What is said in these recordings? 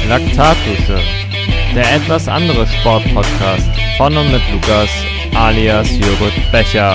Laktatdusche, der etwas andere Sportpodcast von und mit Lukas alias Jürgen Becher.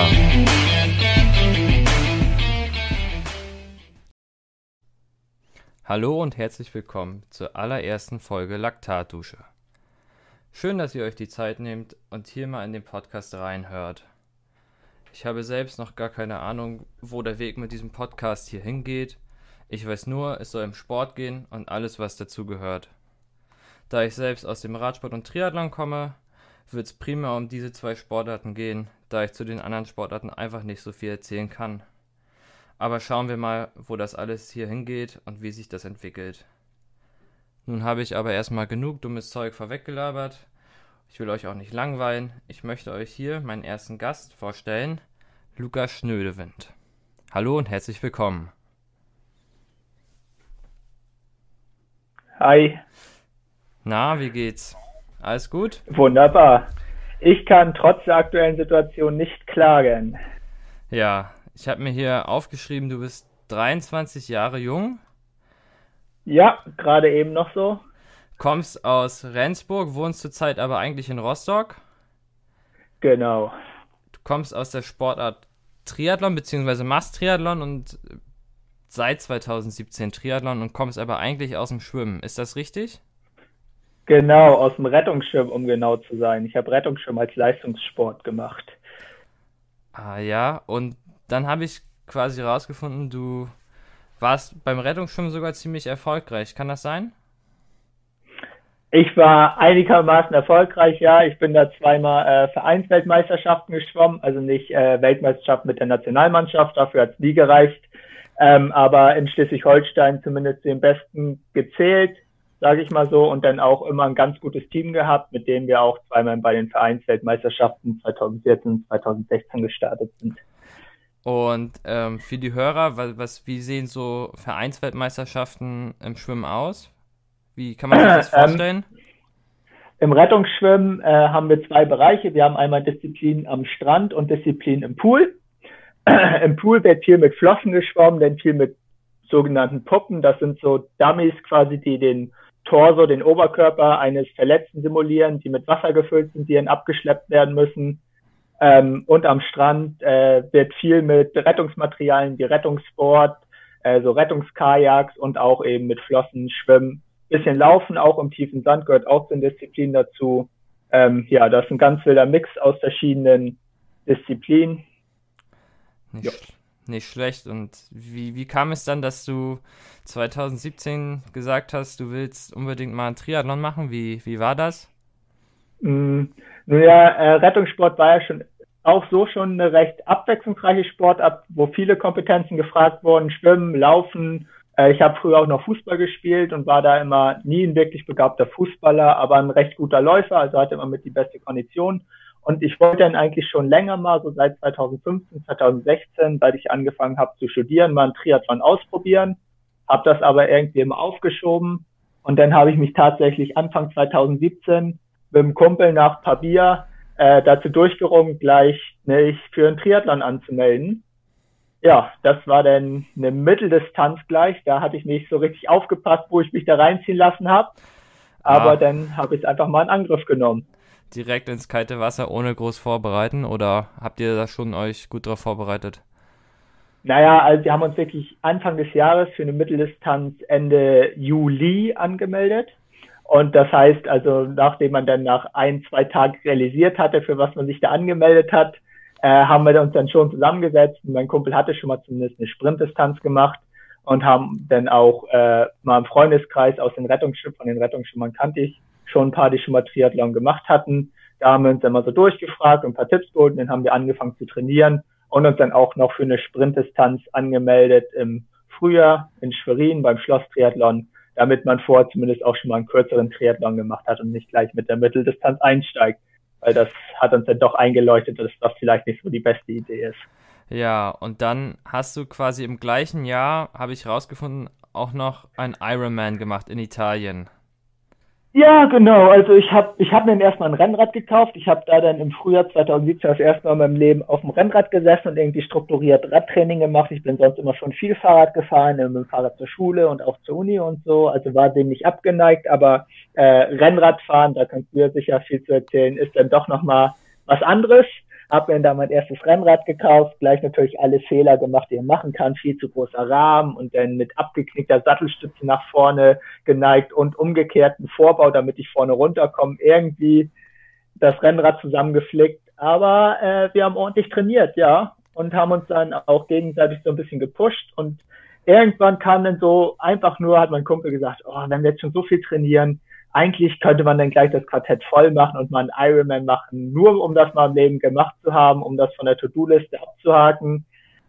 Hallo und herzlich willkommen zur allerersten Folge Laktatdusche. Schön, dass ihr euch die Zeit nehmt und hier mal in den Podcast reinhört. Ich habe selbst noch gar keine Ahnung, wo der Weg mit diesem Podcast hier hingeht. Ich weiß nur, es soll im Sport gehen und alles, was dazu gehört. Da ich selbst aus dem Radsport und Triathlon komme, wird es primär um diese zwei Sportarten gehen, da ich zu den anderen Sportarten einfach nicht so viel erzählen kann. Aber schauen wir mal, wo das alles hier hingeht und wie sich das entwickelt. Nun habe ich aber erstmal genug dummes Zeug vorweggelabert. Ich will euch auch nicht langweilen. Ich möchte euch hier meinen ersten Gast vorstellen, Lukas Schnödewind. Hallo und herzlich willkommen. Hi. Na, wie geht's? Alles gut? Wunderbar. Ich kann trotz der aktuellen Situation nicht klagen. Ja, ich habe mir hier aufgeschrieben, du bist 23 Jahre jung. Ja, gerade eben noch so. Kommst aus Rendsburg, wohnst zurzeit aber eigentlich in Rostock. Genau. Du kommst aus der Sportart Triathlon bzw. machst Triathlon und seit 2017 Triathlon und kommst aber eigentlich aus dem Schwimmen. Ist das richtig? Genau, aus dem Rettungsschirm, um genau zu sein. Ich habe Rettungsschirm als Leistungssport gemacht. Ah ja, und dann habe ich quasi rausgefunden, du warst beim Rettungsschwimmen sogar ziemlich erfolgreich. Kann das sein? Ich war einigermaßen erfolgreich, ja. Ich bin da zweimal Vereinsweltmeisterschaften geschwommen, also nicht Weltmeisterschaft mit der Nationalmannschaft, dafür hat es nie gereicht. Aber in Schleswig-Holstein zumindest den Besten gezählt, sage ich mal so, und dann auch immer ein ganz gutes Team gehabt, mit dem wir auch zweimal bei den Vereinsweltmeisterschaften 2014 und 2016 gestartet sind. Und für die Hörer, wie sehen so Vereinsweltmeisterschaften im Schwimmen aus? Wie kann man sich das vorstellen? Im Rettungsschwimmen haben wir zwei Bereiche. Wir haben einmal Disziplin am Strand und Disziplin im Pool. Im Pool wird viel mit Flossen geschwommen, dann viel mit sogenannten Puppen. Das sind so Dummies quasi, die den Torso, den Oberkörper eines Verletzten simulieren, die mit Wasser gefüllt sind, die dann abgeschleppt werden müssen. Und am Strand wird viel mit Rettungsmaterialien wie Rettungsboard, so Rettungskajaks und auch eben mit Flossen schwimmen. Bisschen Laufen, auch im tiefen Sand, gehört auch zu den Disziplinen dazu. Ja, das ist ein ganz wilder Mix aus verschiedenen Disziplinen. Nicht schlecht. Und wie kam es dann, dass du 2017 gesagt hast, du willst unbedingt mal einen Triathlon machen? Wie war das? Nun ja, Rettungssport war ja schon eine recht abwechslungsreiche Sportart, wo viele Kompetenzen gefragt wurden, Schwimmen, Laufen. Ich habe früher auch noch Fußball gespielt und war da immer nie ein wirklich begabter Fußballer, aber ein recht guter Läufer, also hatte immer mit die beste Kondition. Und ich wollte dann eigentlich schon länger mal, so seit 2015, 2016, seit ich angefangen habe zu studieren, mal einen Triathlon ausprobieren, habe das aber irgendwie immer aufgeschoben. Und dann habe ich mich tatsächlich Anfang 2017 mit einem Kumpel nach Pabir dazu durchgerungen, gleich mich für einen Triathlon anzumelden. Ja, das war dann eine Mitteldistanz gleich. Da hatte ich nicht so richtig aufgepasst, wo ich mich da reinziehen lassen habe. Aber dann habe ich es einfach mal in Angriff genommen. Direkt ins kalte Wasser, ohne groß vorbereiten? Oder habt ihr da schon euch gut drauf vorbereitet? Naja, also wir haben uns wirklich Anfang des Jahres für eine Mitteldistanz Ende Juli angemeldet. Und das heißt, also nachdem man dann nach 1-2 Tagen realisiert hatte, für was man sich da angemeldet hat, haben wir uns dann schon zusammengesetzt. Und mein Kumpel hatte schon mal zumindest eine Sprintdistanz gemacht und haben dann auch mal im Freundeskreis aus den von den Rettungsschwimmern kannte ich schon ein paar, die schon mal Triathlon gemacht hatten. Da haben wir uns dann mal so durchgefragt und ein paar Tipps geholt und dann haben wir angefangen zu trainieren und uns dann auch noch für eine Sprintdistanz angemeldet im Frühjahr in Schwerin beim Schloss-Triathlon, damit man vorher zumindest auch schon mal einen kürzeren Triathlon gemacht hat und nicht gleich mit der Mitteldistanz einsteigt. Weil das hat uns dann doch eingeleuchtet, dass das vielleicht nicht so die beste Idee ist. Ja, und dann hast du quasi im gleichen Jahr, habe ich rausgefunden, auch noch einen Ironman gemacht in Italien. Ja, genau. Also ich hab mir erstmal ein Rennrad gekauft. Ich habe da dann im Frühjahr 2017 das erste Mal in meinem Leben auf dem Rennrad gesessen und irgendwie strukturiert Radtraining gemacht. Ich bin sonst immer schon viel Fahrrad gefahren, mit dem Fahrrad zur Schule und auch zur Uni und so. Also war dem nicht abgeneigt, aber Rennradfahren, da kannst du ja sicher viel zu erzählen, ist dann doch nochmal was anderes. Hab mir dann mein erstes Rennrad gekauft, gleich natürlich alle Fehler gemacht, die man machen kann, viel zu großer Rahmen und dann mit abgeknickter Sattelstütze nach vorne geneigt und umgekehrten Vorbau, damit ich vorne runterkomme, irgendwie das Rennrad zusammengeflickt. Aber wir haben ordentlich trainiert, ja, und haben uns dann auch gegenseitig so ein bisschen gepusht und irgendwann kam dann so einfach nur, hat mein Kumpel gesagt, oh, wenn wir jetzt schon so viel trainieren, eigentlich könnte man dann gleich das Quartett voll machen und mal einen Ironman machen, nur um das mal im Leben gemacht zu haben, um das von der To-Do-Liste abzuhaken.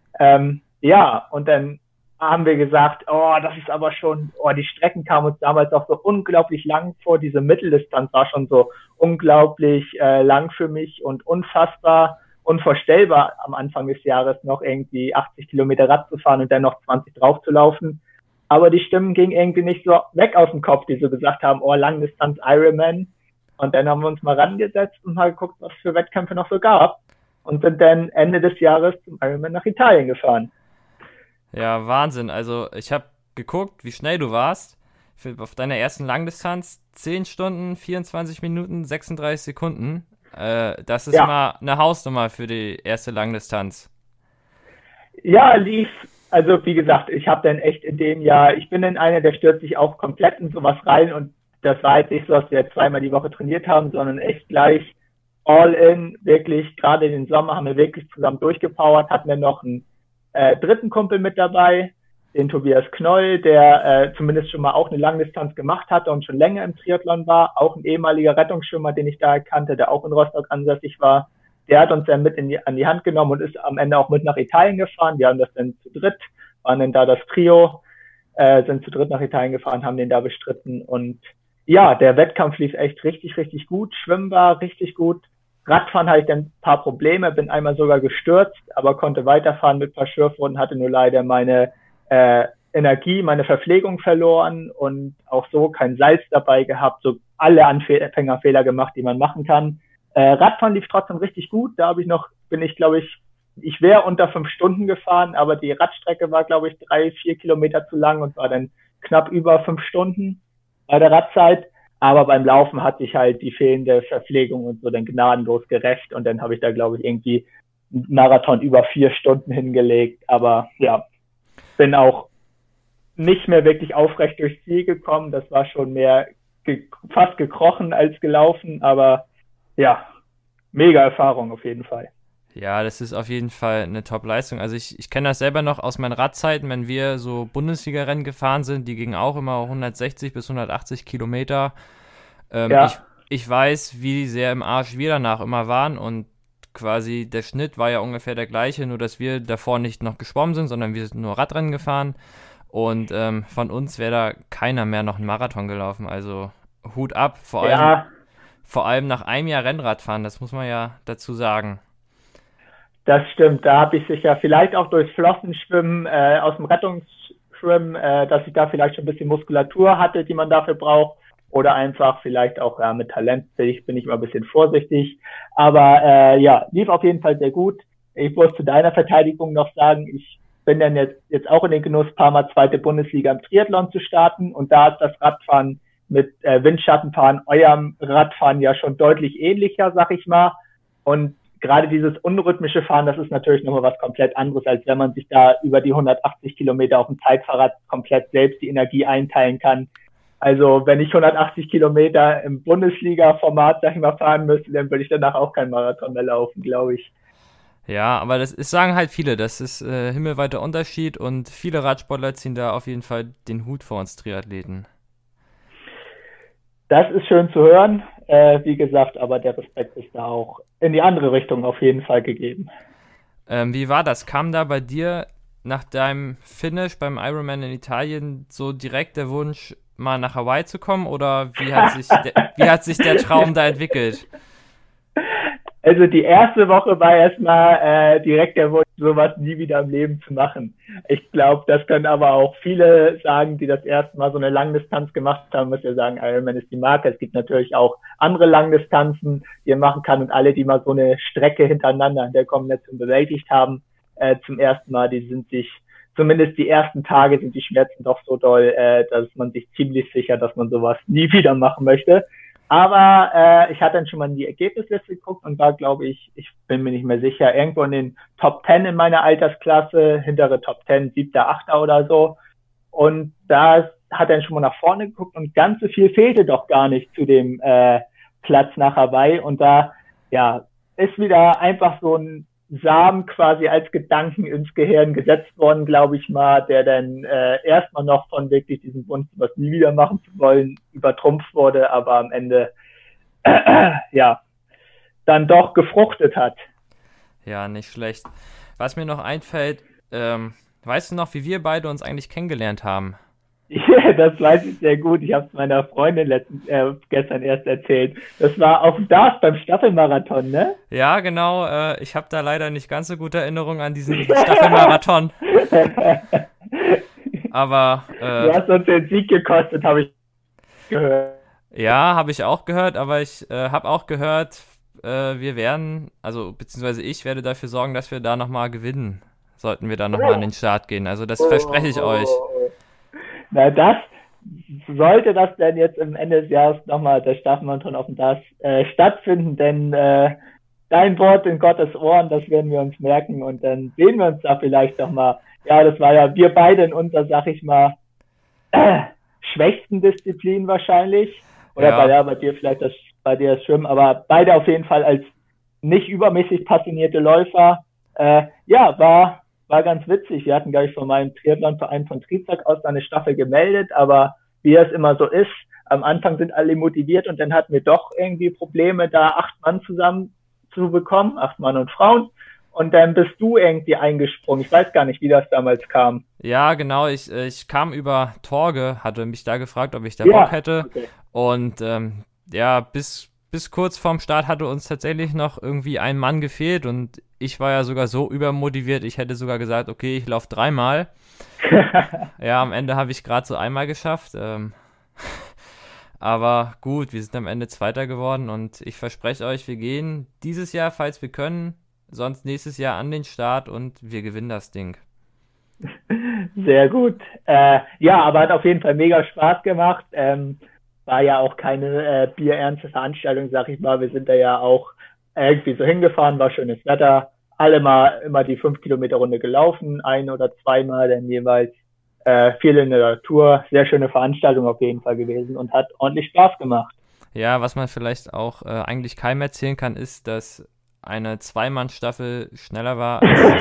Ja, und dann haben wir gesagt, oh, das ist aber schon, oh, die Strecken kamen uns damals auch so unglaublich lang vor. Diese Mitteldistanz war schon so unglaublich lang für mich und unfassbar, unvorstellbar am Anfang des Jahres noch irgendwie 80 Kilometer Rad zu fahren und dann noch 20 drauf zu laufen. Aber die Stimmen gingen irgendwie nicht so weg aus dem Kopf, die so gesagt haben, oh, Langdistanz Ironman. Und dann haben wir uns mal rangesetzt und mal geguckt, was für Wettkämpfe noch so gab. Und sind dann Ende des Jahres zum Ironman nach Italien gefahren. Ja, Wahnsinn. Also ich habe geguckt, wie schnell du warst. Auf deiner ersten Langdistanz 10 Stunden, 24 Minuten, 36 Sekunden. Das ist Ja, mal eine Hausnummer für die erste Langdistanz. ja, lief. Also wie gesagt, ich habe dann echt in dem Jahr, ich bin dann einer, der stürzt sich auch komplett in sowas rein und das war jetzt nicht so, dass wir zweimal die Woche trainiert haben, sondern echt gleich all in, wirklich, gerade in den Sommer haben wir wirklich zusammen durchgepowert, hatten wir noch einen dritten Kumpel mit dabei, den Tobias Knoll, der zumindest schon mal auch eine Langdistanz gemacht hatte und schon länger im Triathlon war, auch ein ehemaliger Rettungsschwimmer, den ich da kannte, der auch in Rostock ansässig war. Der hat uns dann mit an die Hand genommen und ist am Ende auch mit nach Italien gefahren. Wir haben das dann zu dritt, waren dann da das Trio, sind zu dritt nach Italien gefahren, haben den da bestritten. Und ja, der Wettkampf lief echt richtig, richtig gut. Schwimmen war richtig gut. Radfahren hatte ich dann ein paar Probleme, bin einmal sogar gestürzt, aber konnte weiterfahren mit ein paar Schürfwunden, hatte nur leider meine Energie, meine Verpflegung verloren und auch so kein Salz dabei gehabt, so alle Anfängerfehler gemacht, die man machen kann. Radfahren lief trotzdem richtig gut. Da bin ich, glaube ich wäre unter 5 Stunden gefahren, aber die Radstrecke war, glaube ich, 3, 4 Kilometer zu lang und war dann knapp über 5 Stunden bei der Radzeit. Aber beim Laufen hat sich halt die fehlende Verpflegung und so dann gnadenlos gerecht und dann habe ich da, glaube ich, irgendwie einen Marathon über 4 Stunden hingelegt. Aber ja, bin auch nicht mehr wirklich aufrecht durchs Ziel gekommen. Das war schon mehr fast gekrochen als gelaufen, aber ja, mega Erfahrung auf jeden Fall. Ja, das ist auf jeden Fall eine Top-Leistung. Also ich kenne das selber noch aus meinen Radzeiten, wenn wir so Bundesliga-Rennen gefahren sind, die gingen auch immer 160 bis 180 Kilometer. Ich, Ja, ich weiß, wie sehr im Arsch wir danach immer waren und quasi der Schnitt war ja ungefähr der gleiche, nur dass wir davor nicht noch geschwommen sind, sondern wir sind nur Radrennen gefahren und von uns wäre da keiner mehr noch einen Marathon gelaufen. Also Hut ab, ja, vor allem nach einem Jahr Rennradfahren, das muss man ja dazu sagen. das stimmt. Da habe ich sicher vielleicht auch durchs Flossenschwimmen, aus dem Rettungsschwimmen, dass ich da vielleicht schon ein bisschen Muskulatur hatte, die man dafür braucht. Oder einfach vielleicht auch ja, mit Talent bin ich immer ein bisschen vorsichtig. Aber ja, lief auf jeden Fall sehr gut. Ich muss zu deiner Verteidigung noch sagen, ich bin dann jetzt auch in den Genuss, ein paar Mal zweite Bundesliga im Triathlon zu starten. Und da ist das Radfahren mit Windschattenfahren eurem Radfahren ja schon deutlich ähnlicher, sag ich mal. Und gerade dieses unrhythmische Fahren, das ist natürlich nochmal was komplett anderes, als wenn man sich da über die 180 Kilometer auf dem Zeitfahrrad komplett selbst die Energie einteilen kann. Also wenn ich 180 Kilometer im Bundesliga-Format, sag ich mal, fahren müsste, dann würde ich danach auch keinen Marathon mehr laufen, glaube ich. Ja, aber das ist, sagen halt viele, das ist himmelweiter Unterschied und viele Radsportler ziehen da auf jeden Fall den Hut vor uns Triathleten. Das ist schön zu hören. Wie gesagt, aber der Respekt ist da auch in die andere Richtung auf jeden Fall gegeben. Wie war das? Kam da bei dir nach deinem Finish beim Ironman in Italien so direkt der Wunsch, mal nach Hawaii zu kommen oder wie hat sich der Traum da entwickelt? Also die erste Woche war erstmal direkt der Wunsch, sowas nie wieder im Leben zu machen. Ich glaube, das können aber auch viele sagen, die das erste Mal so eine Langdistanz gemacht haben, muss ja sagen, Ironman ist die Marke. Es gibt natürlich auch andere Langdistanzen, die man machen kann, und alle, die mal so eine Strecke hintereinander an der Kombination bewältigt haben, zum ersten Mal, die sind sich, zumindest die ersten Tage sind die Schmerzen doch so doll, dass man sich ziemlich sicher, dass man sowas nie wieder machen möchte. Aber ich hatte dann schon mal in die Ergebnisliste geguckt und war, glaube ich, ich bin mir nicht mehr sicher, irgendwo in den Top 10 in meiner Altersklasse, hintere Top 10, 7., 8. oder so. Und da hat er dann schon mal nach vorne geguckt und ganz so viel fehlte doch gar nicht zu dem Platz nach Hawaii. Und da ja ist wieder einfach so ein Samen quasi als Gedanken ins Gehirn gesetzt worden, glaube ich mal, der dann erstmal noch von wirklich diesem Wunsch, was nie wieder machen zu wollen, übertrumpft wurde, aber am Ende ja dann doch gefruchtet hat. Ja, nicht schlecht. Was mir noch einfällt, weißt du noch, wie wir beide uns eigentlich kennengelernt haben? Ja, das weiß ich sehr gut. Ich habe es meiner Freundin gestern erst erzählt. Das war auf dem Darß beim Staffelmarathon, ne? Ja, genau. Ich habe da leider nicht ganz so gute Erinnerungen an diesen Staffelmarathon. Aber du hast uns den Sieg gekostet, habe ich gehört. Ja, habe ich auch gehört, aber ich habe auch gehört, wir werden, also beziehungsweise ich werde dafür sorgen, dass wir da nochmal gewinnen, sollten wir da nochmal an den Start gehen. Also das verspreche ich euch. Na, das sollte das denn jetzt am Ende des Jahres nochmal der Staffelmarathon auf dem Darß stattfinden, denn dein Wort in Gottes Ohren, das werden wir uns merken und dann sehen wir uns da vielleicht nochmal. Ja, das war ja wir beide in unserer, sag ich mal, schwächsten Disziplin wahrscheinlich. Oder Ja. bei dir vielleicht bei dir das Schwimmen, aber beide auf jeden Fall als nicht übermäßig passionierte Läufer. War ganz witzig. Wir hatten, glaube ich, von meinem Triathlonverein von Trizak aus eine Staffel gemeldet, aber wie es immer so ist, am Anfang sind alle motiviert und dann hatten wir doch irgendwie Probleme, da 8 Mann zusammen zu bekommen, 8 Mann und Frauen. Und dann bist du irgendwie eingesprungen. Ich weiß gar nicht, wie das damals kam. Ja, genau. Ich kam über Torge, hatte mich da gefragt, ob ich da Bock hätte. Okay. Und bis kurz vorm Start hatte uns tatsächlich noch irgendwie ein Mann gefehlt und ich war ja sogar so übermotiviert, ich hätte sogar gesagt, okay, ich laufe 3-mal. Ja, am Ende habe ich gerade so einmal geschafft. Aber gut, wir sind am Ende Zweiter geworden und ich verspreche euch, wir gehen dieses Jahr, falls wir können, sonst nächstes Jahr an den Start und wir gewinnen das Ding. Sehr gut. Aber hat auf jeden Fall mega Spaß gemacht. War ja auch keine bierernste Veranstaltung, sag ich mal. Wir sind da ja auch irgendwie so hingefahren, war schönes Wetter. Alle mal immer die 5-Kilometer-Runde gelaufen, 1 oder 2-mal dann jeweils. Viel in der Natur. Sehr schöne Veranstaltung auf jeden Fall gewesen und hat ordentlich Spaß gemacht. Ja, was man vielleicht auch eigentlich keinem erzählen kann, ist, dass eine Zweimann-Staffel schneller war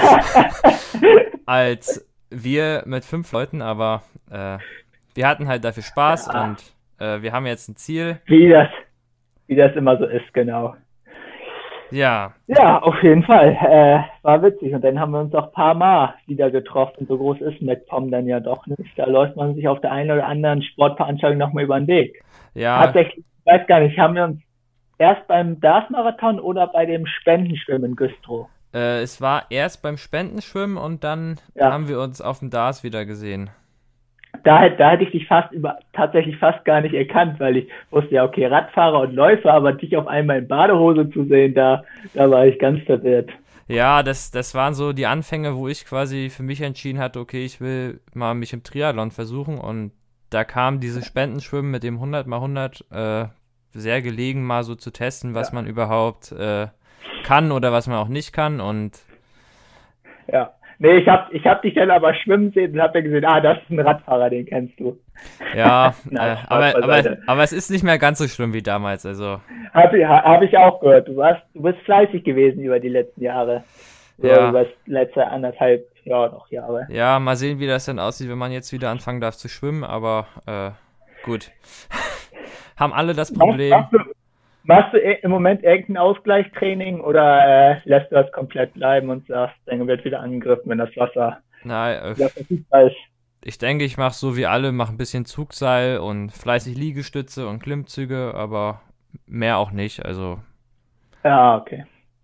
als wir mit 5 Leuten, aber wir hatten halt dafür Spaß und wir haben jetzt ein Ziel. Wie das immer so ist, genau. Ja. Ja, auf jeden Fall. War witzig. Und dann haben wir uns auch ein paar Mal wieder getroffen. So groß ist MacPom dann ja doch nicht. Da läuft man sich auf der einen oder anderen Sportveranstaltung nochmal über den Weg. Ja. Tatsächlich, ich weiß gar nicht, haben wir uns erst beim Darß-Marathon oder bei dem Spendenschwimmen in Güstrow? Es war erst beim Spendenschwimmen und dann haben wir uns auf dem Darß wieder gesehen. Da hätte ich dich tatsächlich fast gar nicht erkannt, weil ich wusste ja, okay, Radfahrer und Läufer, aber dich auf einmal in Badehose zu sehen, da war ich ganz verwirrt. Ja, das waren so die Anfänge, wo ich quasi für mich entschieden hatte, okay, ich will mal mich im Triathlon versuchen und da kam dieses Spendenschwimmen mit dem 100x100 sehr gelegen, mal so zu testen, was man überhaupt kann oder was man auch nicht kann und ja. Nee, ich hab dich dann aber schwimmen sehen und hab dann gesehen, das ist ein Radfahrer, den kennst du. Ja, aber es ist nicht mehr ganz so schlimm wie damals, also. Hab ich auch gehört. Du bist fleißig gewesen über die letzten Jahre. So, ja. Über das letzte 1,5 Jahre. Ja, mal sehen, wie das dann aussieht, wenn man jetzt wieder anfangen darf zu schwimmen, aber gut. Haben alle das Problem. Machst du im Moment irgendein Ausgleichstraining oder lässt du das komplett bleiben und sagst, dann wird wieder angegriffen, wenn das Wasser verfügbar ist? Ich denke, ich mache so wie alle, mache ein bisschen Zugseil und fleißig Liegestütze und Klimmzüge, aber mehr auch nicht, also. Ja, okay.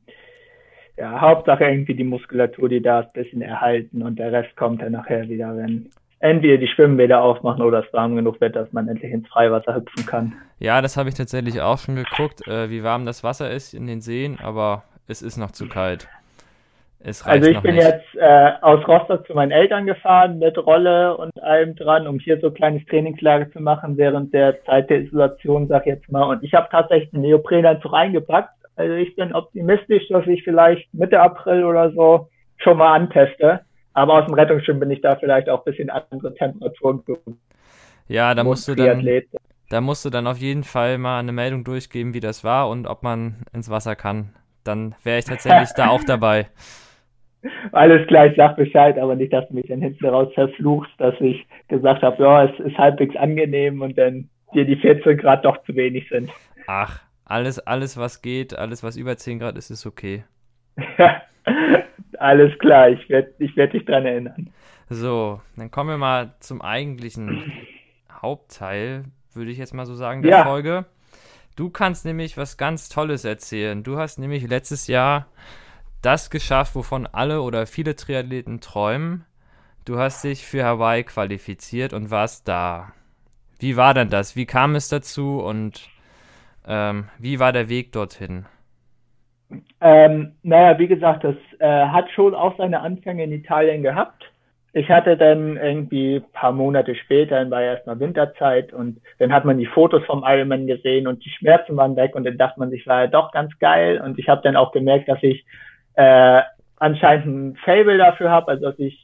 ja, Hauptsache irgendwie die Muskulatur, die da ist, ein bisschen erhalten und der Rest kommt dann nachher wieder, wenn entweder die Schwimmbäder aufmachen oder es warm genug wird, dass man endlich ins Freiwasser hüpfen kann. Ja, das habe ich tatsächlich auch schon geguckt, wie warm das Wasser ist in den Seen, aber es ist noch zu kalt. Es reicht Also ich noch bin nicht. jetzt aus Rostock zu meinen Eltern gefahren mit Rolle und allem dran, um hier so ein kleines Trainingslager zu machen während der Zeit der Isolation, sag ich jetzt mal. Und ich habe tatsächlich einen Neoprenanzug eingepackt. Also ich bin optimistisch, dass ich vielleicht Mitte April oder so schon mal anteste. Aber aus dem Rettungsschwimmen bin ich da vielleicht auch ein bisschen andere Temperaturen gewohnt. Ja, Triathlet. da musst du dann auf jeden Fall mal eine Meldung durchgeben, wie das war und ob man ins Wasser kann. Dann wäre ich tatsächlich da auch dabei. Alles klar, ich sag Bescheid, aber nicht, dass du mich dann hinten raus verfluchst, dass ich gesagt habe, ja, es ist halbwegs angenehm und dann dir die 14 Grad doch zu wenig sind. Ach, alles was geht, alles was über 10 Grad ist, ist okay. Alles klar, ich werd dich dran erinnern. So, dann kommen wir mal zum eigentlichen Hauptteil, würde ich jetzt mal so sagen, der Ja, Folge. Du kannst nämlich was ganz Tolles erzählen. Du hast nämlich letztes Jahr das geschafft, wovon alle oder viele Triathleten träumen. Du hast dich für Hawaii qualifiziert und warst da. Wie war denn das? Wie kam es dazu und wie war der Weg dorthin? naja, wie gesagt, das hat schon auch seine Anfänge in Italien gehabt. Ich hatte dann irgendwie ein paar Monate später, dann war ja erstmal Winterzeit und dann hat man die Fotos vom Ironman gesehen und die Schmerzen waren weg und dann dachte man sich, war ja doch ganz geil. Und ich habe dann auch gemerkt, dass ich anscheinend ein Faible dafür habe, also dass ich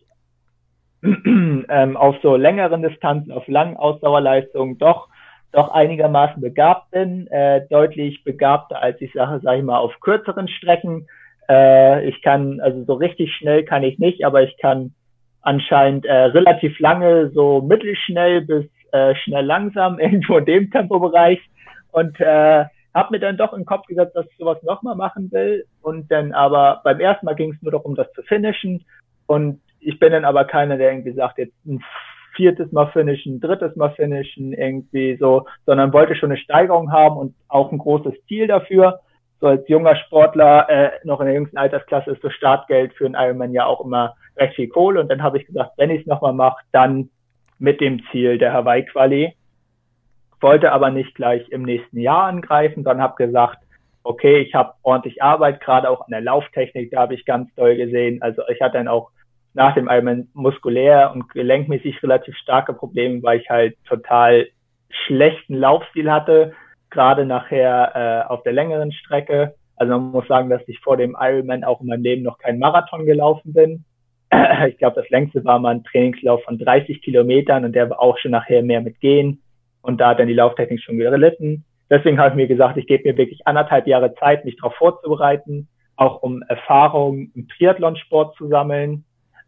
auf so längeren Distanzen, auf langen Ausdauerleistungen doch einigermaßen begabt bin, deutlich begabter als ich sag ich mal, auf kürzeren Strecken. Ich kann, also so richtig schnell kann ich nicht, aber ich kann anscheinend relativ lange, so mittelschnell bis schnell langsam, irgendwo in dem Tempobereich. Und habe mir dann doch in den Kopf gesetzt, dass ich sowas nochmal machen will. Und dann aber beim ersten Mal ging es nur darum, das zu finishen. Und ich bin dann aber keiner, der irgendwie sagt, jetzt ein viertes Mal finishen, drittes Mal finishen, irgendwie so, sondern wollte schon eine Steigerung haben und auch ein großes Ziel dafür. So als junger Sportler, noch in der jüngsten Altersklasse, ist so Startgeld für einen Ironman ja auch immer recht viel Kohle. Und dann habe ich gesagt, wenn ich es nochmal mache, dann mit dem Ziel der Hawaii-Quali. Wollte aber nicht gleich im nächsten Jahr angreifen, sondern habe gesagt, okay, ich habe ordentlich Arbeit, gerade auch an der Lauftechnik, da habe ich ganz doll gesehen. Also ich hatte dann auch nach dem Ironman muskulär und gelenkmäßig relativ starke Probleme, weil ich halt total schlechten Laufstil hatte, gerade nachher auf der längeren Strecke. Also man muss sagen, dass ich vor dem Ironman auch in meinem Leben noch keinen Marathon gelaufen bin. Ich glaube, das längste war mal ein Trainingslauf von 30 Kilometern und der war auch schon nachher mehr mit Gehen. Und da hat dann die Lauftechnik schon gelitten. Deswegen habe ich mir gesagt, ich gebe mir wirklich 1,5 Jahre Zeit, mich darauf vorzubereiten, auch um Erfahrung im Triathlonsport zu sammeln.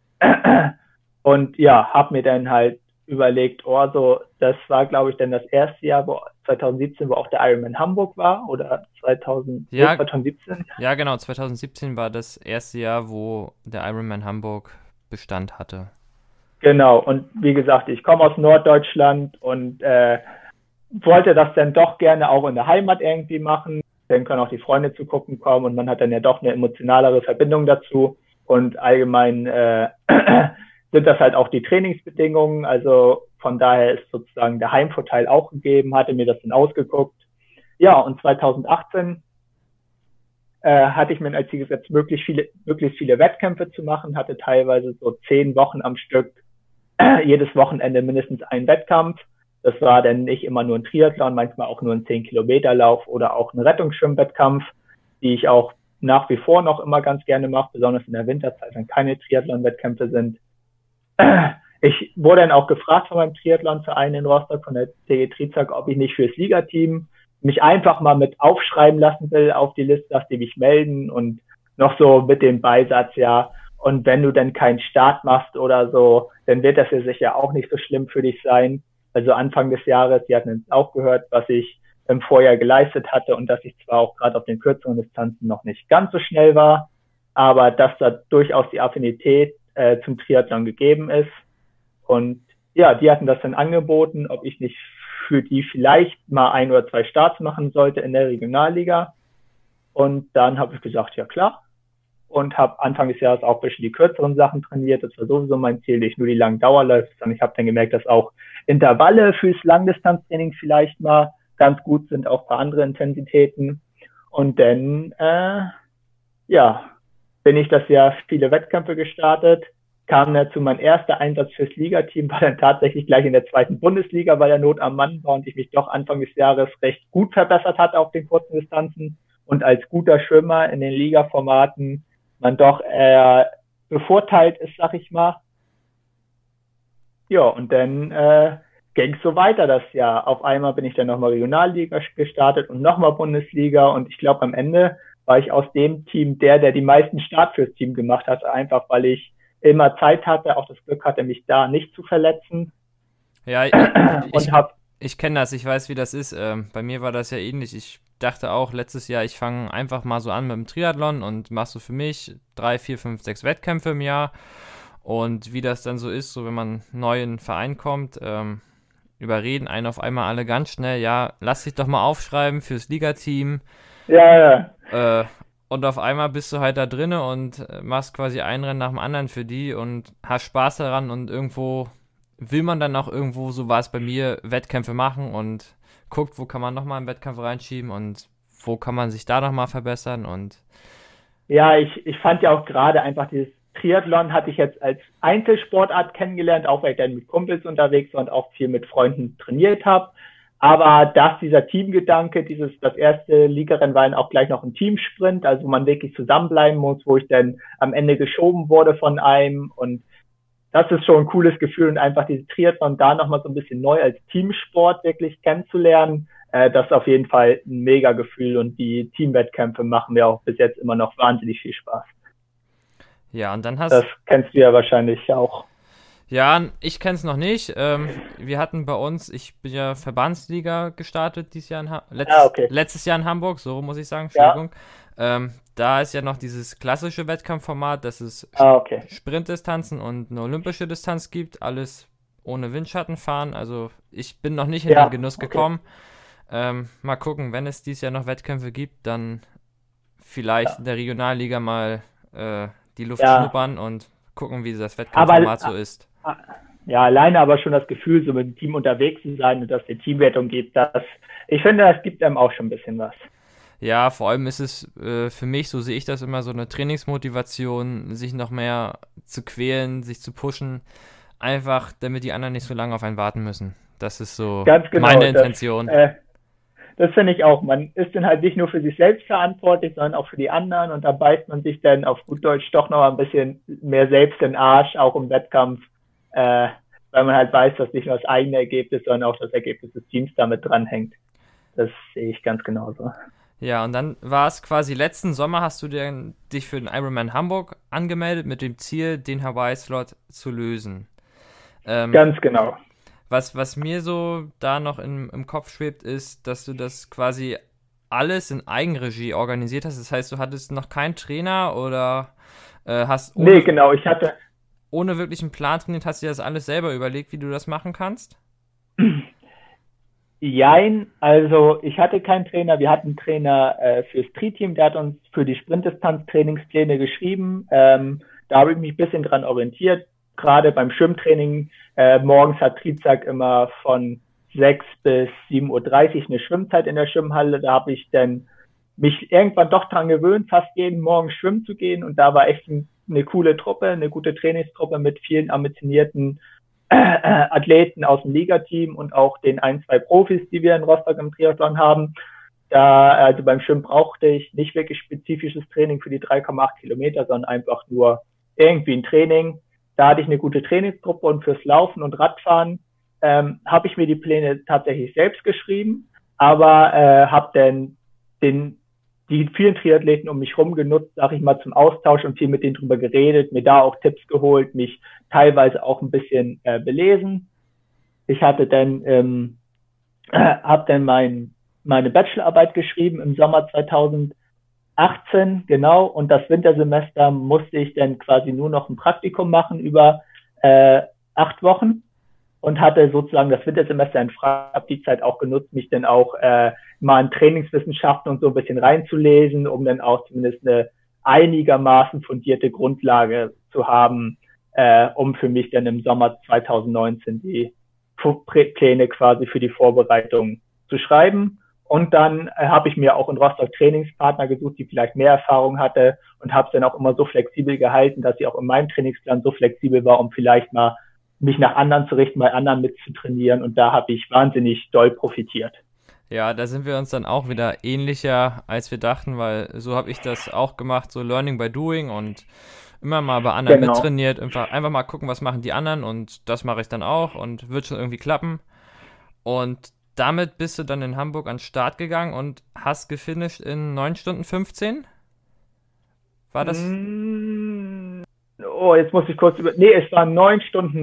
Und ja, habe mir dann halt überlegt, oh, so, das war, glaube ich, dann das erste Jahr, 2017, wo auch der Ironman Hamburg war, oder 2017? Ja, genau, 2017 war das erste Jahr, wo der Ironman Hamburg Bestand hatte. Genau, und wie gesagt, ich komme aus Norddeutschland und wollte das dann doch gerne auch in der Heimat irgendwie machen. Dann können auch die Freunde zu gucken kommen und man hat dann ja doch eine emotionalere Verbindung dazu. Und allgemein sind das halt auch die Trainingsbedingungen. Also von daher ist sozusagen der Heimvorteil auch gegeben, hatte mir das dann ausgeguckt. Ja, und 2018 hatte ich mir als Ziel gesetzt, möglichst viele Wettkämpfe zu machen, hatte teilweise so 10 Wochen am Stück, jedes Wochenende mindestens einen Wettkampf. Das war dann nicht immer nur ein Triathlon, manchmal auch nur ein 10-Kilometer-Lauf oder auch ein Rettungsschwimmwettkampf, die ich auch nach wie vor noch immer ganz gerne mache, besonders in der Winterzeit, wenn keine Triathlon-Wettkämpfe sind. Ich wurde dann auch gefragt von meinem Triathlonverein in Rostock, von der TG Trizak, ob ich nicht fürs Ligateam mich einfach mal mit aufschreiben lassen will auf die Liste, dass die mich melden und noch so mit dem Beisatz, ja, und wenn du dann keinen Start machst oder so, dann wird das ja sicher auch nicht so schlimm für dich sein. Also Anfang des Jahres, die hatten uns auch gehört, was ich im Vorjahr geleistet hatte und dass ich zwar auch gerade auf den kürzeren Distanzen noch nicht ganz so schnell war, aber dass da durchaus die Affinität zum Triathlon gegeben ist. Und ja, die hatten das dann angeboten, ob ich nicht für die vielleicht mal 1 oder 2 Starts machen sollte in der Regionalliga. Und dann habe ich gesagt, ja klar. und habe Anfang des Jahres auch ein bisschen die kürzeren Sachen trainiert. Das war sowieso mein Ziel, nicht nur die langen Dauerläufe, sondern ich habe dann gemerkt, dass auch Intervalle fürs Langdistanztraining vielleicht mal ganz gut sind, auch bei anderen Intensitäten. Und dann, bin ich das Jahr viele Wettkämpfe gestartet, kam dazu mein erster Einsatz fürs Ligateam, war dann tatsächlich gleich in der 2. Bundesliga, weil der Not am Mann war und ich mich doch Anfang des Jahres recht gut verbessert hatte auf den kurzen Distanzen und als guter Schwimmer in den Ligaformaten man doch eher bevorteilt ist, sag ich mal. Ja, und dann ging es so weiter das Jahr. Auf einmal bin ich dann nochmal Regionalliga gestartet und nochmal Bundesliga und ich glaube am Ende war ich aus dem Team der die meisten Start fürs Team gemacht hat, einfach weil ich immer Zeit hatte, auch das Glück hatte, mich da nicht zu verletzen. Ja, ich kenne das, ich weiß, wie das ist. Bei mir war das ja ähnlich. Ich dachte auch letztes Jahr, ich fange einfach mal so an mit dem Triathlon und mache so für mich 3, 4, 5, 6 Wettkämpfe im Jahr. Und wie das dann so ist, so wenn man neu in den Verein kommt, überreden einen auf einmal alle ganz schnell, ja, lass dich doch mal aufschreiben fürs Ligateam. Ja. Und auf einmal bist du halt da drinne und machst quasi ein Rennen nach dem anderen für die und hast Spaß daran und irgendwo will man dann auch irgendwo, so war es bei mir, Wettkämpfe machen und guckt, wo kann man nochmal einen Wettkampf reinschieben und wo kann man sich da nochmal verbessern und ja, ich fand ja auch gerade einfach dieses Triathlon hatte ich jetzt als Einzelsportart kennengelernt, auch weil ich dann mit Kumpels unterwegs war und auch viel mit Freunden trainiert habe. Aber dieser Teamgedanke, das erste Ligarennen war dann auch gleich noch ein Teamsprint, also wo man wirklich zusammenbleiben muss, wo ich dann am Ende geschoben wurde von einem und das ist schon ein cooles Gefühl und einfach diese Triathlon da nochmal so ein bisschen neu als Teamsport wirklich kennenzulernen, das ist auf jeden Fall ein mega Gefühl und die Teamwettkämpfe machen mir auch bis jetzt immer noch wahnsinnig viel Spaß. Ja, und dann das kennst du ja wahrscheinlich auch. Ja, ich kenne es noch nicht. Wir hatten bei uns, ich bin ja Verbandsliga gestartet dieses Jahr letztes Jahr in Hamburg, so muss ich sagen, Entschuldigung. Ja. Da ist ja noch dieses klassische Wettkampfformat, dass es Sprintdistanzen und eine olympische Distanz gibt, alles ohne Windschatten fahren. Also ich bin noch nicht in den Genuss gekommen. Mal gucken, wenn es dieses Jahr noch Wettkämpfe gibt, dann vielleicht in der Regionalliga mal die Luft schnuppern und gucken, wie das Wettkampfformat so ist. Ja, alleine aber schon das Gefühl, so mit dem Team unterwegs zu sein und dass es eine Teamwertung gibt, ich finde, das gibt einem auch schon ein bisschen was. Ja, vor allem ist es für mich, so sehe ich das immer, so eine Trainingsmotivation, sich noch mehr zu quälen, sich zu pushen, einfach, damit die anderen nicht so lange auf einen warten müssen. Das ist so meine Intention. Das finde ich auch. Man ist dann halt nicht nur für sich selbst verantwortlich, sondern auch für die anderen und da beißt man sich dann auf gut Deutsch doch noch ein bisschen mehr selbst in den Arsch, auch im Wettkampf, weil man halt weiß, dass nicht nur das eigene Ergebnis, sondern auch das Ergebnis des Teams damit dranhängt. Das sehe ich ganz genauso. Ja, und dann war es quasi letzten Sommer, hast du dich für den Ironman Hamburg angemeldet mit dem Ziel, den Hawaii-Slot zu lösen. Ganz genau. Was mir so da noch im Kopf schwebt, ist, dass du das quasi alles in Eigenregie organisiert hast. Das heißt, du hattest noch keinen Trainer oder hast ohne wirklichen Plan trainiert, hast du dir das alles selber überlegt, wie du das machen kannst? Jein, also ich hatte keinen Trainer, wir hatten einen Trainer fürs Tri-Team, der hat uns für die Sprintdistanz-Trainingspläne geschrieben. Da habe ich mich ein bisschen dran orientiert, gerade beim Schwimmtraining. Morgens hat Trizak immer von 6 bis 7.30 Uhr eine Schwimmzeit in der Schwimmhalle. Da habe ich dann mich irgendwann doch dran gewöhnt, fast jeden Morgen schwimmen zu gehen. Und da war echt eine coole Truppe, eine gute Trainingstruppe mit vielen ambitionierten Athleten aus dem Ligateam und auch den 1, 2 Profis, die wir in Rostock im Triathlon haben. Also beim Schwimmen brauchte ich nicht wirklich spezifisches Training für die 3,8 Kilometer, sondern einfach nur irgendwie ein Training. Da hatte ich eine gute Trainingsgruppe und fürs Laufen und Radfahren habe ich mir die Pläne tatsächlich selbst geschrieben, aber habe dann die vielen Triathleten um mich rum genutzt, sage ich mal, zum Austausch und viel mit denen drüber geredet, mir da auch Tipps geholt, mich teilweise auch ein bisschen belesen. Ich hatte dann habe dann meine Bachelorarbeit geschrieben im Sommer 2018, genau, und das Wintersemester musste ich dann quasi nur noch ein Praktikum machen über 8 Wochen und hatte sozusagen das Wintersemester in frei, habe die Zeit auch genutzt, mich dann auch mal in Trainingswissenschaften und so ein bisschen reinzulesen, um dann auch zumindest eine einigermaßen fundierte Grundlage zu haben, um für mich dann im Sommer 2019 die Pläne quasi für die Vorbereitung zu schreiben. Und dann habe ich mir auch in Rostock Trainingspartner gesucht, die vielleicht mehr Erfahrung hatte und habe es dann auch immer so flexibel gehalten, dass sie auch in meinem Trainingsplan so flexibel war, um vielleicht mal mich nach anderen zu richten, bei anderen mitzutrainieren. Und da habe ich wahnsinnig doll profitiert. Ja, da sind wir uns dann auch wieder ähnlicher, als wir dachten, weil so habe ich das auch gemacht, so Learning by Doing und immer mal bei anderen mittrainiert, einfach mal gucken, was machen die anderen und das mache ich dann auch und wird schon irgendwie klappen. Und damit bist du dann in Hamburg an den Start gegangen und hast gefinisht in 9 Stunden 15? War das? Oh, jetzt muss ich kurz Nee, es waren 9 Stunden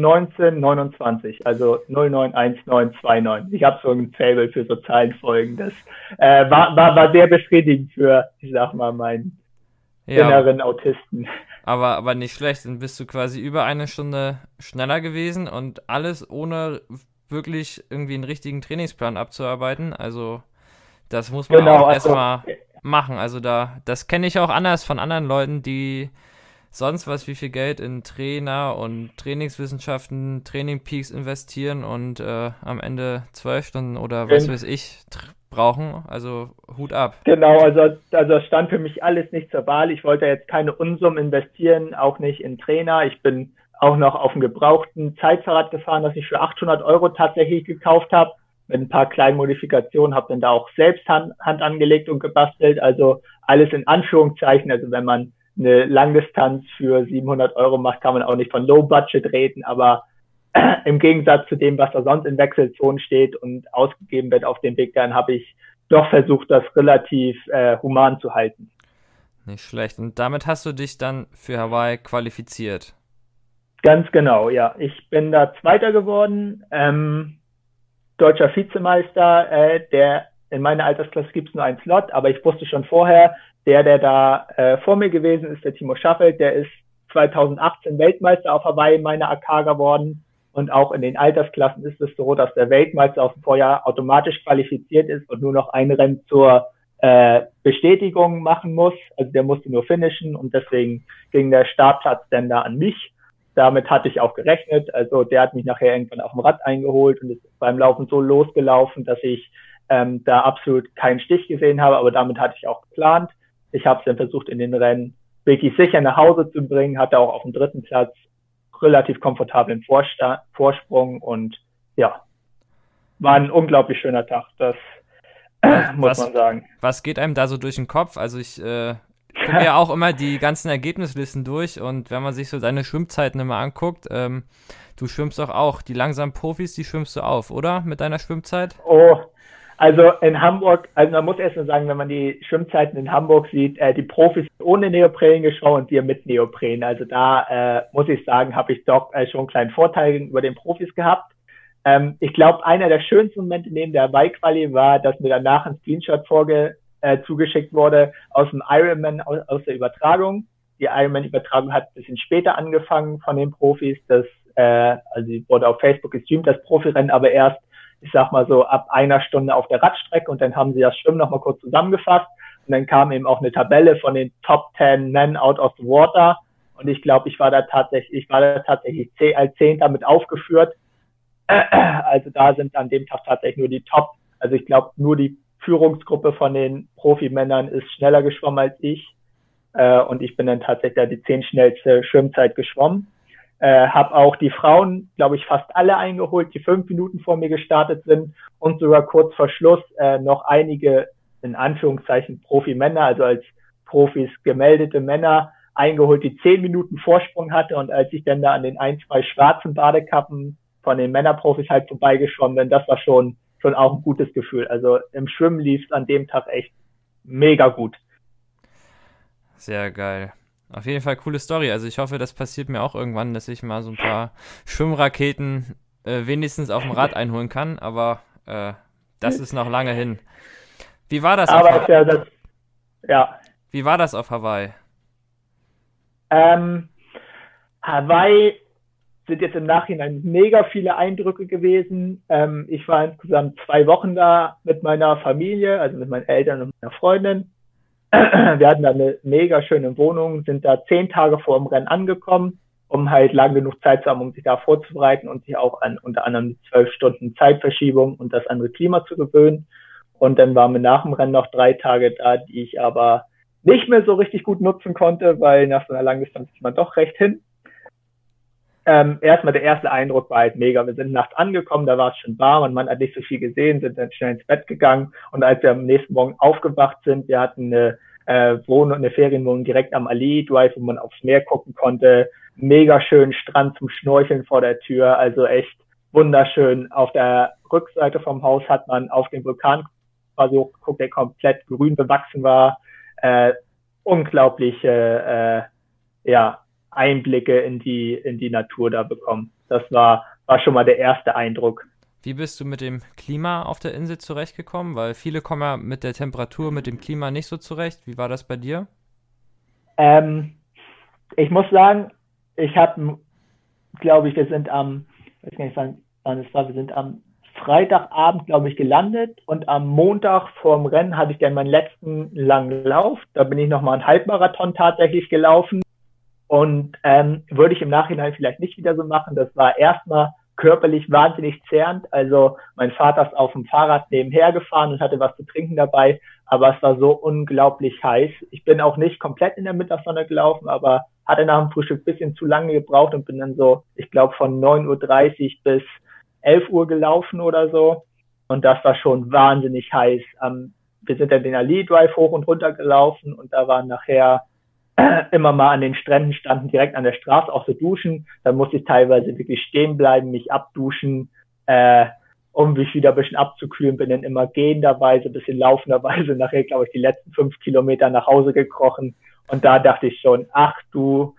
19:29, also 09:19:29. Ich habe so ein Faible für so Zahlenfolgen. Das war sehr befriedigend für, ich sag mal, meinen inneren Autisten. Aber nicht schlecht, dann bist du quasi über eine Stunde schneller gewesen und alles ohne wirklich irgendwie einen richtigen Trainingsplan abzuarbeiten. Also das muss man auch erstmal machen. Also das kenne ich auch anders von anderen Leuten, die sonst wie viel Geld in Trainer und Trainingswissenschaften, Training Peaks investieren und am Ende 12 Stunden oder was weiß ich brauchen. Also Hut ab. Genau, also stand für mich alles nicht zur Wahl. Ich wollte jetzt keine Unsummen investieren, auch nicht in Trainer. Ich bin auch noch auf einem gebrauchten Zeitfahrrad gefahren, das ich für 800 € tatsächlich gekauft habe, mit ein paar kleinen Modifikationen, habe dann da auch selbst Hand angelegt und gebastelt. Also alles in Anführungszeichen. Also wenn man eine Langdistanz für 700 € macht, kann man auch nicht von Low Budget reden, aber im Gegensatz zu dem, was da sonst in Wechselzonen steht und ausgegeben wird auf den Big Gun, habe ich doch versucht, das relativ human zu halten. Nicht schlecht. Und damit hast du dich dann für Hawaii qualifiziert? Ganz genau, ja. Ich bin da Zweiter geworden, deutscher Vizemeister, der in meiner Altersklasse gibt es nur einen Slot, aber ich wusste schon vorher, der da vor mir gewesen ist, der Timo Schaffelt, der ist 2018 Weltmeister auf Hawaii in meiner AK geworden. Und auch in den Altersklassen ist es so, dass der Weltmeister aus dem Vorjahr automatisch qualifiziert ist und nur noch ein Rennen zur Bestätigung machen muss. Also der musste nur finishen und deswegen ging der Startplatz dann da an mich. Damit hatte ich auch gerechnet. Also der hat mich nachher irgendwann auf dem Rad eingeholt und ist beim Laufen so losgelaufen, dass ich da absolut keinen Stich gesehen habe. Aber damit hatte ich auch geplant. Ich habe es dann versucht, in den Rennen wirklich sicher nach Hause zu bringen, hatte auch auf dem 3. Platz relativ komfortablen Vorsprung und ja, war ein unglaublich schöner Tag, das muss man sagen. Was geht einem da so durch den Kopf? Also ich gucke ja auch immer die ganzen Ergebnislisten durch und wenn man sich so deine Schwimmzeiten immer anguckt, du schwimmst doch auch, die langsamen Profis, die schwimmst du auf, oder? Mit deiner Schwimmzeit? Oh, also in Hamburg, also man muss erst mal sagen, wenn man die Schwimmzeiten in Hamburg sieht, die Profis ohne Neopren geschwommen und wir mit Neopren. Also da muss ich sagen, habe ich doch schon einen kleinen Vorteil gegenüber den Profis gehabt. Ich glaube, einer der schönsten Momente neben der Hawaii-Quali war, dass mir danach ein Screenshot zugeschickt wurde aus dem Ironman, aus der Übertragung. Die Ironman-Übertragung hat ein bisschen später angefangen von den Profis. Also die wurde auf Facebook gestreamt, das Profirennen, aber erst, ich sag mal so, ab einer Stunde auf der Radstrecke und dann haben sie das Schwimmen nochmal kurz zusammengefasst und dann kam eben auch eine Tabelle von den Top 10 Men out of the Water und ich glaube, ich war da tatsächlich als 10. mit aufgeführt. Also da sind an dem Tag tatsächlich nur die Top, also ich glaube, nur die Führungsgruppe von den Profimännern ist schneller geschwommen als ich und ich bin dann tatsächlich die 10 schnellste Schwimmzeit geschwommen. Habe auch die Frauen, glaube ich, fast alle eingeholt, die 5 Minuten vor mir gestartet sind und sogar kurz vor Schluss noch einige, in Anführungszeichen, Profimänner, also als Profis gemeldete Männer eingeholt, die 10 Minuten Vorsprung hatte und als ich dann da an den 2 schwarzen Badekappen von den Männerprofis halt vorbeigeschwommen bin, das war schon auch ein gutes Gefühl. Also im Schwimmen lief es an dem Tag echt mega gut. Sehr geil. Auf jeden Fall coole Story. Also ich hoffe, das passiert mir auch irgendwann, dass ich mal so ein paar Schwimmraketen wenigstens auf dem Rad einholen kann, aber das ist noch lange hin. Wie war das auf Hawaii? Wie war das auf Hawaii? Hawaii sind jetzt im Nachhinein mega viele Eindrücke gewesen. Ich war insgesamt 2 Wochen da mit meiner Familie, also mit meinen Eltern und meiner Freundin. Wir hatten da eine mega schöne Wohnung, sind da 10 Tage vor dem Rennen angekommen, um halt lang genug Zeit zu haben, um sich da vorzubereiten und sich auch an unter anderem die 12 Stunden Zeitverschiebung und das andere Klima zu gewöhnen. Und dann waren wir nach dem Rennen noch 3 Tage da, die ich aber nicht mehr so richtig gut nutzen konnte, weil nach so einer Langdistanz ist man doch recht hin. Erstmal der erste Eindruck war halt mega. Wir sind nachts angekommen, da war es schon warm und man hat nicht so viel gesehen, sind dann schnell ins Bett gegangen. Und als wir am nächsten Morgen aufgewacht sind, wir hatten eine Ferienwohnung direkt am Ali Drive, wo man aufs Meer gucken konnte. Mega schönen Strand zum Schnorcheln vor der Tür, also echt wunderschön. Auf der Rückseite vom Haus hat man auf den Vulkan quasi hochgeguckt, der komplett grün bewachsen war. Unglaubliche Einblicke in die Natur da bekommen. Das war schon mal der erste Eindruck. Wie bist du mit dem Klima auf der Insel zurechtgekommen? Weil viele kommen ja mit der Temperatur, mit dem Klima nicht so zurecht. Wie war das bei dir? Ich muss sagen, ich habe, glaube ich, wir sind am Freitagabend, glaube ich, gelandet und am Montag vorm Rennen hatte ich dann meinen letzten langen Lauf. Da bin ich nochmal einen Halbmarathon tatsächlich gelaufen und würde ich im Nachhinein vielleicht nicht wieder so machen. Das war erstmal körperlich wahnsinnig zehrend. Also mein Vater ist auf dem Fahrrad nebenher gefahren und hatte was zu trinken dabei, aber es war so unglaublich heiß. Ich bin auch nicht komplett in der Mittagssonne gelaufen, aber hatte nach dem Frühstück ein bisschen zu lange gebraucht und bin dann so, ich glaube, von 9:30 Uhr bis 11 Uhr gelaufen oder so. Und das war schon wahnsinnig heiß. Wir sind dann den Ali Drive hoch und runter gelaufen und da waren nachher immer mal an den Stränden standen, direkt an der Straße auch so Duschen. Da musste ich teilweise wirklich stehen bleiben, mich abduschen, um mich wieder ein bisschen abzukühlen. Bin dann immer gehenderweise, ein bisschen laufenderweise nachher, glaube ich, die letzten 5 Kilometer nach Hause gekrochen. Und da dachte ich schon, ach du,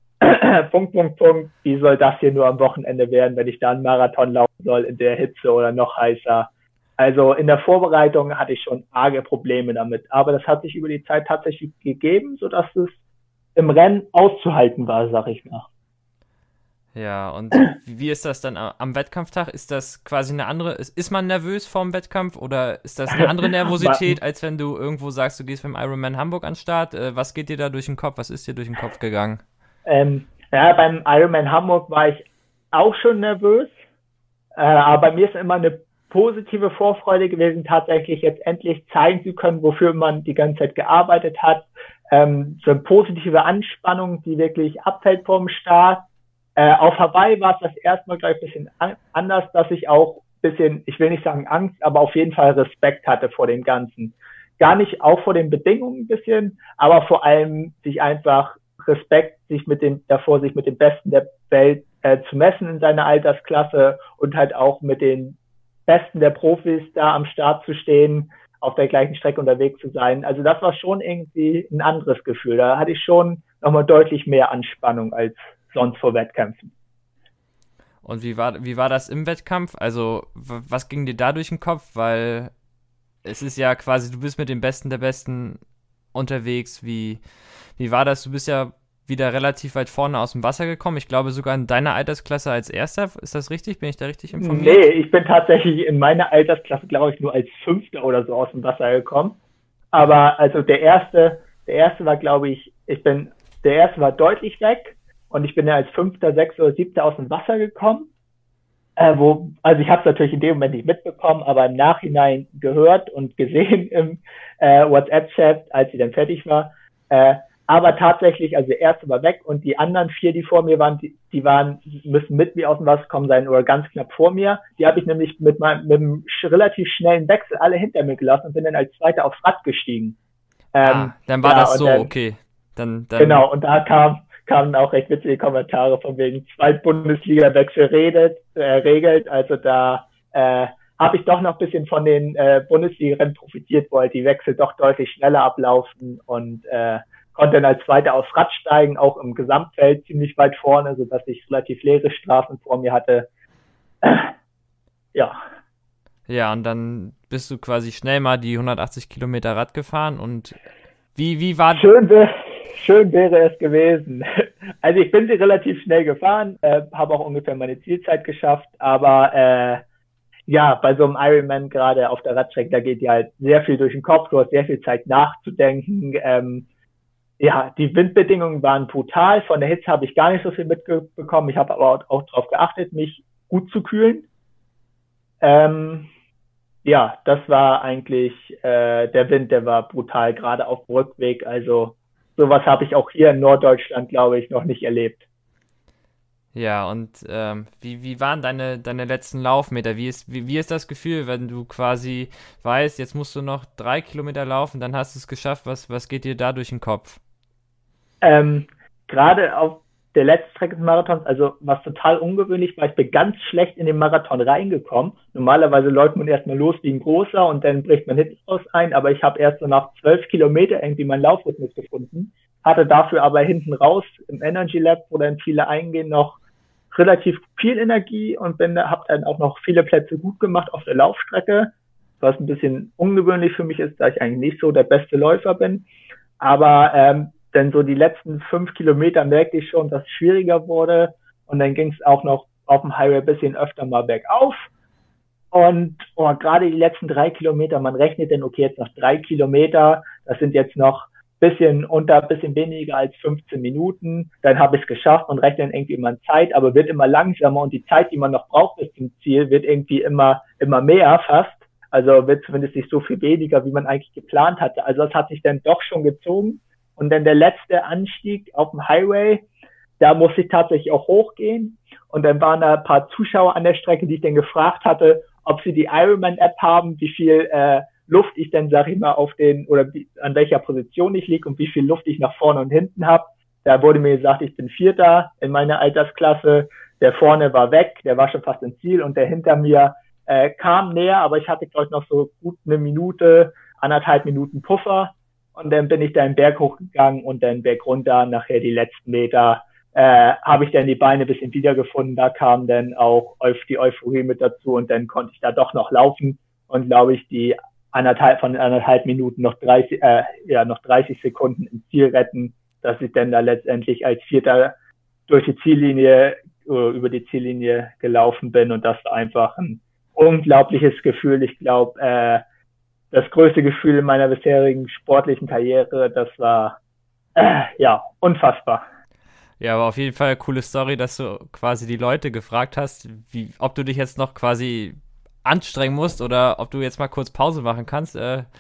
wie soll das hier nur am Wochenende werden, wenn ich da einen Marathon laufen soll in der Hitze oder noch heißer. Also in der Vorbereitung hatte ich schon arge Probleme damit. Aber das hat sich über die Zeit tatsächlich gegeben, sodass es im Rennen auszuhalten war, sag ich mal. Ja, und wie ist das dann am Wettkampftag? Ist das quasi eine andere, ist man nervös vorm Wettkampf oder ist das eine andere Nervosität, als wenn du irgendwo sagst, du gehst beim Ironman Hamburg an den Start? Was geht dir da durch den Kopf? Was ist dir durch den Kopf gegangen? Beim Ironman Hamburg war ich auch schon nervös, aber bei mir ist immer eine positive Vorfreude gewesen, tatsächlich jetzt endlich zeigen zu können, wofür man die ganze Zeit gearbeitet hat. So eine positive Anspannung, die wirklich abfällt vom Start. Auf Hawaii war es das erste Mal gleich ein bisschen anders, dass ich auch ein bisschen, ich will nicht sagen Angst, aber auf jeden Fall Respekt hatte vor dem Ganzen. Gar nicht auch vor den Bedingungen ein bisschen, aber vor allem sich einfach Respekt, sich mit dem Besten der Welt zu messen in seiner Altersklasse und halt auch mit den Besten der Profis da am Start zu stehen, auf der gleichen Strecke unterwegs zu sein. Also das war schon irgendwie ein anderes Gefühl. Da hatte ich schon nochmal deutlich mehr Anspannung als sonst vor Wettkämpfen. Und wie war das im Wettkampf? Also was ging dir da durch den Kopf? Weil es ist ja quasi, du bist mit den Besten der Besten unterwegs. Wie war das? Du bist ja wieder relativ weit vorne aus dem Wasser gekommen. Ich glaube sogar in deiner Altersklasse als Erster. Ist das richtig? Bin ich da richtig informiert? Nee, ich bin tatsächlich in meiner Altersklasse, glaube ich, nur als Fünfter oder so aus dem Wasser gekommen. Aber also der erste war, glaube ich, der erste war deutlich weg und ich bin ja als Fünfter, Sechster oder Siebter aus dem Wasser gekommen. Also ich habe es natürlich in dem Moment nicht mitbekommen, aber im Nachhinein gehört und gesehen im WhatsApp-Chat, als sie dann fertig war. Aber tatsächlich, also der erste war weg und die anderen 4, die vor mir waren, müssen mit mir aus dem Wasser gekommen sein oder ganz knapp vor mir. Die habe ich nämlich mit einem relativ schnellen Wechsel alle hinter mir gelassen und bin dann als Zweiter aufs Rad gestiegen. Dann war das so, dann, okay. Dann. Genau, und da kamen auch recht witzige Kommentare von wegen Zweit-Bundesliga-Wechsel regelt. Also da habe ich doch noch ein bisschen von den Bundesliga-Rennen profitiert, wo halt die Wechsel doch deutlich schneller ablaufen und konnte dann als Zweiter aufs Rad steigen, auch im Gesamtfeld ziemlich weit vorne, sodass ich relativ leere Straßen vor mir hatte. Ja. Ja, und dann bist du quasi schnell mal die 180 Kilometer Rad gefahren und wie war... Schön wäre es gewesen. Also ich bin sie relativ schnell gefahren, habe auch ungefähr meine Zielzeit geschafft, aber ja, bei so einem Ironman gerade auf der Radstrecke, da geht ja halt sehr viel durch den Kopf, du hast sehr viel Zeit nachzudenken. Ja, die Windbedingungen waren brutal. Von der Hitze habe ich gar nicht so viel mitbekommen. Ich habe aber auch darauf geachtet, mich gut zu kühlen. Ja, das war eigentlich der Wind, der war brutal, gerade auf dem Rückweg. Also sowas habe ich auch hier in Norddeutschland, glaube ich, noch nicht erlebt. Ja, und wie waren deine letzten Laufmeter? Wie ist das Gefühl, wenn du quasi weißt, jetzt musst du noch 3 Kilometer laufen, dann hast du es geschafft. Was geht dir da durch den Kopf? Ähm, Gerade auf der letzten Strecke des Marathons, also was total ungewöhnlich war, ich bin ganz schlecht in den Marathon reingekommen. Normalerweise läuft man erstmal los wie ein großer und dann bricht man hinten raus ein, aber ich habe erst so nach 12 Kilometer irgendwie meinen Laufrhythmus gefunden, hatte dafür aber hinten raus im Energy Lab, wo dann viele eingehen, noch relativ viel Energie und habe dann auch noch viele Plätze gut gemacht auf der Laufstrecke, was ein bisschen ungewöhnlich für mich ist, da ich eigentlich nicht so der beste Läufer bin. Aber dann so die letzten 5 Kilometer merkte ich schon, dass es schwieriger wurde. Und dann ging es auch noch auf dem Highway ein bisschen öfter mal bergauf. Und gerade die letzten 3 Kilometer, man rechnet dann, okay, jetzt noch 3 Kilometer, das sind jetzt noch bisschen weniger als 15 Minuten. Dann habe ich es geschafft und rechne dann irgendwie immer in Zeit, aber wird immer langsamer und die Zeit, die man noch braucht bis zum Ziel, wird irgendwie immer mehr fast. Also wird zumindest nicht so viel weniger, wie man eigentlich geplant hatte. Also das hat sich dann doch schon gezogen. Und dann der letzte Anstieg auf dem Highway, da musste ich tatsächlich auch hochgehen. Und dann waren da ein paar Zuschauer an der Strecke, die ich dann gefragt hatte, ob sie die Ironman-App haben, wie viel Luft ich denn, sag ich mal, an welcher Position ich liege und wie viel Luft ich nach vorne und hinten habe. Da wurde mir gesagt, ich bin Vierter in meiner Altersklasse. Der vorne war weg, der war schon fast im Ziel und der hinter mir kam näher, aber ich hatte, glaube ich, noch so gut eine Minute, 1,5 Minuten Puffer. Und dann bin ich da den Berg hochgegangen und dann Berg runter. Nachher die letzten Meter habe ich dann die Beine ein bisschen wiedergefunden. Da kam dann auch die Euphorie mit dazu und dann konnte ich da doch noch laufen und, glaube ich, die 1,5 Minuten noch 30 Sekunden ins Ziel retten, dass ich dann da letztendlich als Vierter über die Ziellinie gelaufen bin. Und das war einfach ein unglaubliches Gefühl. Ich glaube, das größte Gefühl in meiner bisherigen sportlichen Karriere. Das war unfassbar. Ja, aber auf jeden Fall eine coole Story, dass du quasi die Leute gefragt hast, ob du dich jetzt noch quasi anstrengen musst oder ob du jetzt mal kurz Pause machen kannst.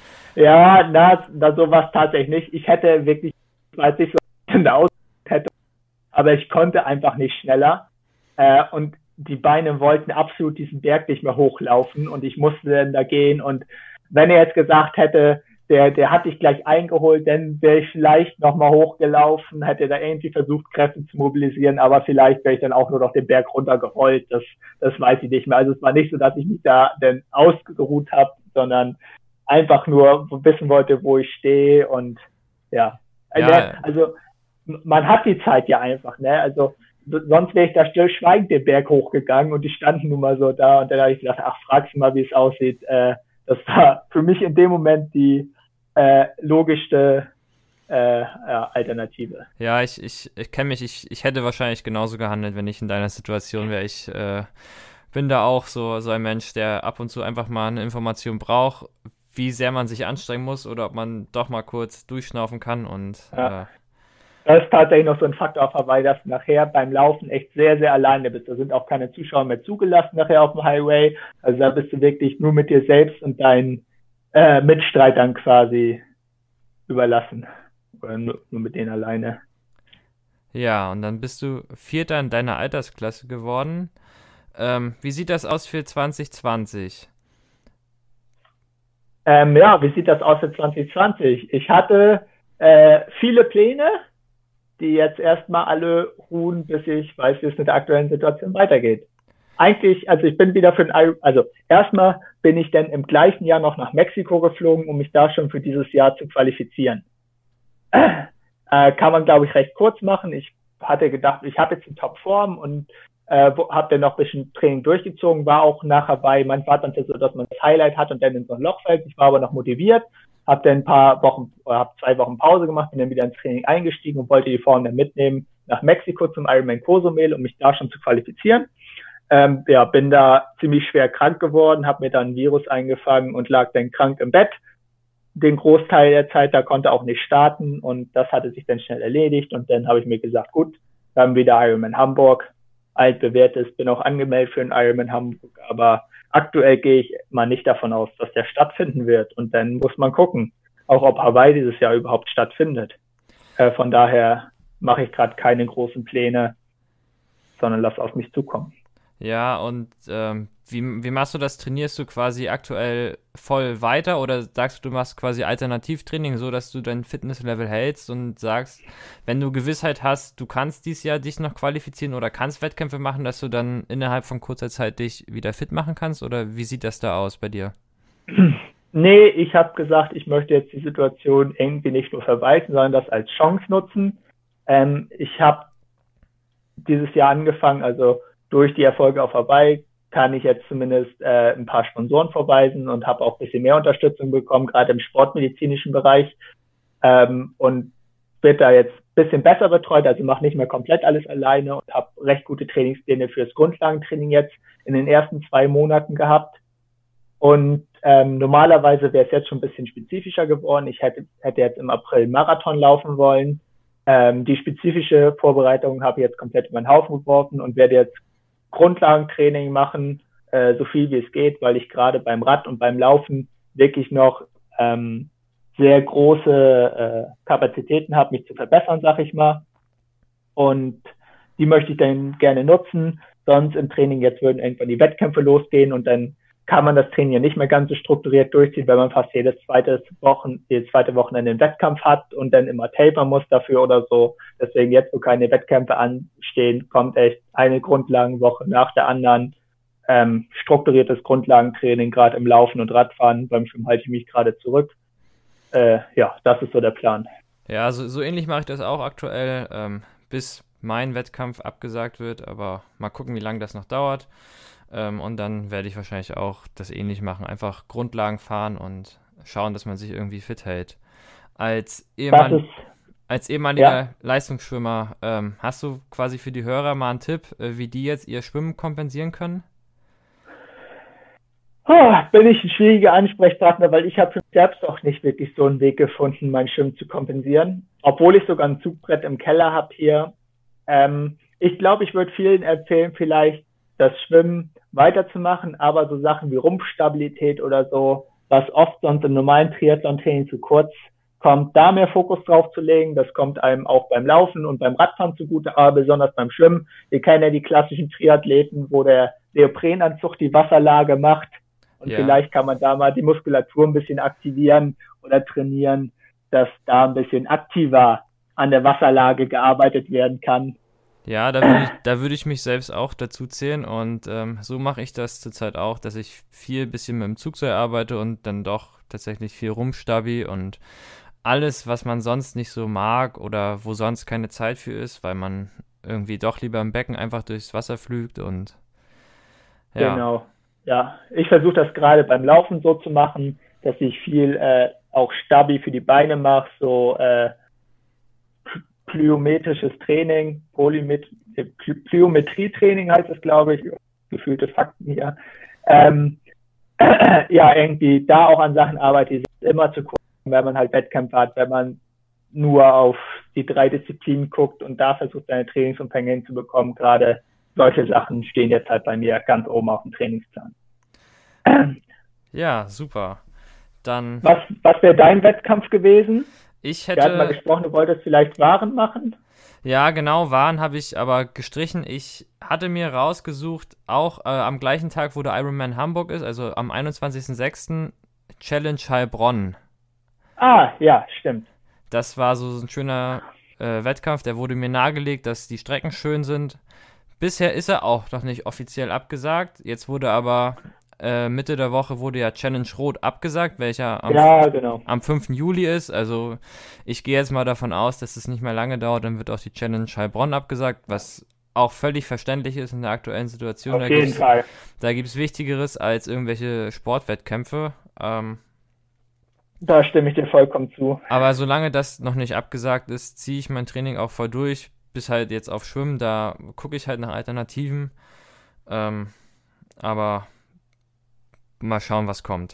Ja, sowas tatsächlich nicht. Ich hätte wirklich, weiß ich, so eine Ausdauer hätte, aber ich konnte einfach nicht schneller. Und die Beine wollten absolut diesen Berg nicht mehr hochlaufen und ich musste dann da gehen. Und wenn er jetzt gesagt hätte, der hat dich gleich eingeholt, dann wäre ich vielleicht nochmal hochgelaufen, hätte da irgendwie versucht, Kräfte zu mobilisieren, aber vielleicht wäre ich dann auch nur noch den Berg runtergerollt. Das weiß ich nicht mehr. Also es war nicht so, dass ich mich da dann ausgeruht habe, sondern einfach nur wissen wollte, wo ich stehe und ja. Also man hat die Zeit ja einfach, ne? Also sonst wäre ich da stillschweigend den Berg hochgegangen und die standen nun mal so da und dann habe ich gedacht, fragst du mal, wie es aussieht. Das war für mich in dem Moment die logischste Alternative. Ja, ich kenne mich, ich hätte wahrscheinlich genauso gehandelt, wenn ich in deiner Situation wäre. Ich bin da auch so ein Mensch, der ab und zu einfach mal eine Information braucht, wie sehr man sich anstrengen muss oder ob man doch mal kurz durchschnaufen kann und das ist tatsächlich noch so ein Faktor, weil das nachher beim Laufen echt sehr, sehr alleine bist. Da sind auch keine Zuschauer mehr zugelassen nachher auf dem Highway. Also da bist du wirklich nur mit dir selbst und deinen Mitstreitern quasi überlassen. Oder nur mit denen alleine. Ja, und dann bist du Vierter in deiner Altersklasse geworden. Wie sieht das aus für 2020? Wie sieht das aus für 2020? Ich hatte viele Pläne, die jetzt erstmal alle ruhen, bis ich weiß, wie es mit der aktuellen Situation weitergeht. Eigentlich, also ich bin wieder erstmal bin ich dann im gleichen Jahr noch nach Mexiko geflogen, um mich da schon für dieses Jahr zu qualifizieren. Kann man, glaube ich, recht kurz machen. Ich hatte gedacht, ich habe jetzt in Topform und habe dann noch ein bisschen Training durchgezogen, war auch nachher bei, mein Vater dann so, dass man das Highlight hat und dann in so ein Loch fällt. Ich war aber noch motiviert, habe dann habe 2 Wochen Pause gemacht, bin dann wieder ins Training eingestiegen und wollte die Form dann mitnehmen nach Mexiko zum Ironman Cozumel, um mich da schon zu qualifizieren. Ja, bin da ziemlich schwer krank geworden, habe mir dann ein Virus eingefangen und lag dann krank im Bett. Den Großteil der Zeit, da konnte auch nicht starten und das hatte sich dann schnell erledigt und dann habe ich mir gesagt, gut, dann wieder Ironman Hamburg, altbewährtes, bin auch angemeldet für den Ironman Hamburg, aber aktuell gehe ich mal nicht davon aus, dass der stattfinden wird und dann muss man gucken, auch ob Hawaii dieses Jahr überhaupt stattfindet. Von daher mache ich gerade keine großen Pläne, sondern lass auf mich zukommen. Ja, und wie machst du das? Trainierst du quasi aktuell voll weiter oder sagst du machst quasi Alternativtraining, so dass du dein Fitnesslevel hältst und sagst, wenn du Gewissheit hast, du kannst dieses Jahr dich noch qualifizieren oder kannst Wettkämpfe machen, dass du dann innerhalb von kurzer Zeit dich wieder fit machen kannst? Oder wie sieht das da aus bei dir? Nee, ich habe gesagt, ich möchte jetzt die Situation irgendwie nicht nur verwalten, sondern das als Chance nutzen. Ich habe dieses Jahr angefangen, also durch die Erfolge auf Hawaii kann ich jetzt zumindest ein paar Sponsoren vorweisen und habe auch ein bisschen mehr Unterstützung bekommen, gerade im sportmedizinischen Bereich und wird da jetzt ein bisschen besser betreut, also mache nicht mehr komplett alles alleine und habe recht gute Trainingspläne fürs Grundlagentraining jetzt in den ersten 2 Monaten gehabt. Und normalerweise wäre es jetzt schon ein bisschen spezifischer geworden. Ich hätte jetzt im April Marathon laufen wollen. Die spezifische Vorbereitung habe ich jetzt komplett über den Haufen geworfen und werde jetzt Grundlagentraining machen, so viel wie es geht, weil ich gerade beim Rad und beim Laufen wirklich noch sehr große Kapazitäten habe, mich zu verbessern, sag ich mal. Und die möchte ich dann gerne nutzen. Sonst im Training jetzt würden irgendwann die Wettkämpfe losgehen und dann kann man das Training ja nicht mehr ganz so strukturiert durchziehen, weil man fast jedes zweite Wochenende einen Wettkampf hat und dann immer tapern muss dafür oder so. Deswegen jetzt, wo keine Wettkämpfe anstehen, kommt echt eine Grundlagenwoche nach der anderen. Strukturiertes Grundlagentraining, gerade im Laufen und Radfahren. Beim Schwimmen halte ich mich gerade zurück. Ja, das ist so der Plan. Ja, so ähnlich mache ich das auch aktuell, bis mein Wettkampf abgesagt wird, aber mal gucken, wie lange das noch dauert. Und dann werde ich wahrscheinlich auch das ähnlich machen. Einfach Grundlagen fahren und schauen, dass man sich irgendwie fit hält. Als ehemaliger Leistungsschwimmer, hast du quasi für die Hörer mal einen Tipp, wie die jetzt ihr Schwimmen kompensieren können? Bin ich ein schwieriger Ansprechpartner, weil ich habe für mich selbst auch nicht wirklich so einen Weg gefunden, mein Schwimmen zu kompensieren. Obwohl ich sogar ein Zugbrett im Keller habe hier. Ich glaube, ich würde vielen empfehlen, vielleicht das Schwimmen weiterzumachen, aber so Sachen wie Rumpfstabilität oder so, was oft sonst im normalen Triathlon-Training zu kurz kommt, da mehr Fokus drauf zu legen. Das kommt einem auch beim Laufen und beim Radfahren zugute, aber besonders beim Schwimmen. Wir kennen ja die klassischen Triathleten, wo der Neoprenanzug die Wasserlage macht und vielleicht kann man da mal die Muskulatur ein bisschen aktivieren oder trainieren, dass da ein bisschen aktiver an der Wasserlage gearbeitet werden kann. Ja, da würde ich mich selbst auch dazu zählen und so mache ich das zurzeit auch, dass ich viel bisschen mit dem Zugseil arbeite und dann doch tatsächlich viel Rumpfstabi und alles, was man sonst nicht so mag oder wo sonst keine Zeit für ist, weil man irgendwie doch lieber im Becken einfach durchs Wasser flügt und ja. Genau, ja. Ich versuche das gerade beim Laufen so zu machen, dass ich viel auch Stabi für die Beine mache, so plyometrisches Training, Plyometrietraining heißt es, glaube ich, gefühlte Fakten hier. Ja, irgendwie da auch an Sachen arbeite, die sind immer zu kurz, wenn man halt Wettkämpfe hat, wenn man nur auf die 3 Disziplinen guckt und da versucht, seine Trainingsumfänge hinzubekommen. Gerade solche Sachen stehen jetzt halt bei mir ganz oben auf dem Trainingsplan. Ja, super. Dann. Was wäre dein Wettkampf gewesen? Wir hatten mal gesprochen, du wolltest vielleicht Waren machen? Ja, genau, Waren habe ich aber gestrichen. Ich hatte mir rausgesucht, auch am gleichen Tag, wo der Ironman Hamburg ist, also am 21.06. Challenge Heilbronn. Ah, ja, stimmt. Das war so ein schöner Wettkampf, der wurde mir nahegelegt, dass die Strecken schön sind. Bisher ist er auch noch nicht offiziell abgesagt. Jetzt wurde aber Mitte der Woche wurde ja Challenge Rot abgesagt, welcher am 5. Juli ist. Also ich gehe jetzt mal davon aus, dass es nicht mehr lange dauert. Dann wird auch die Challenge Heilbronn abgesagt, was auch völlig verständlich ist in der aktuellen Situation. Auf jeden Fall. Da gibt es Wichtigeres als irgendwelche Sportwettkämpfe. Da stimme ich dir vollkommen zu. Aber solange das noch nicht abgesagt ist, ziehe ich mein Training auch voll durch, bis halt jetzt auf Schwimmen. Da gucke ich halt nach Alternativen. Aber mal schauen, was kommt.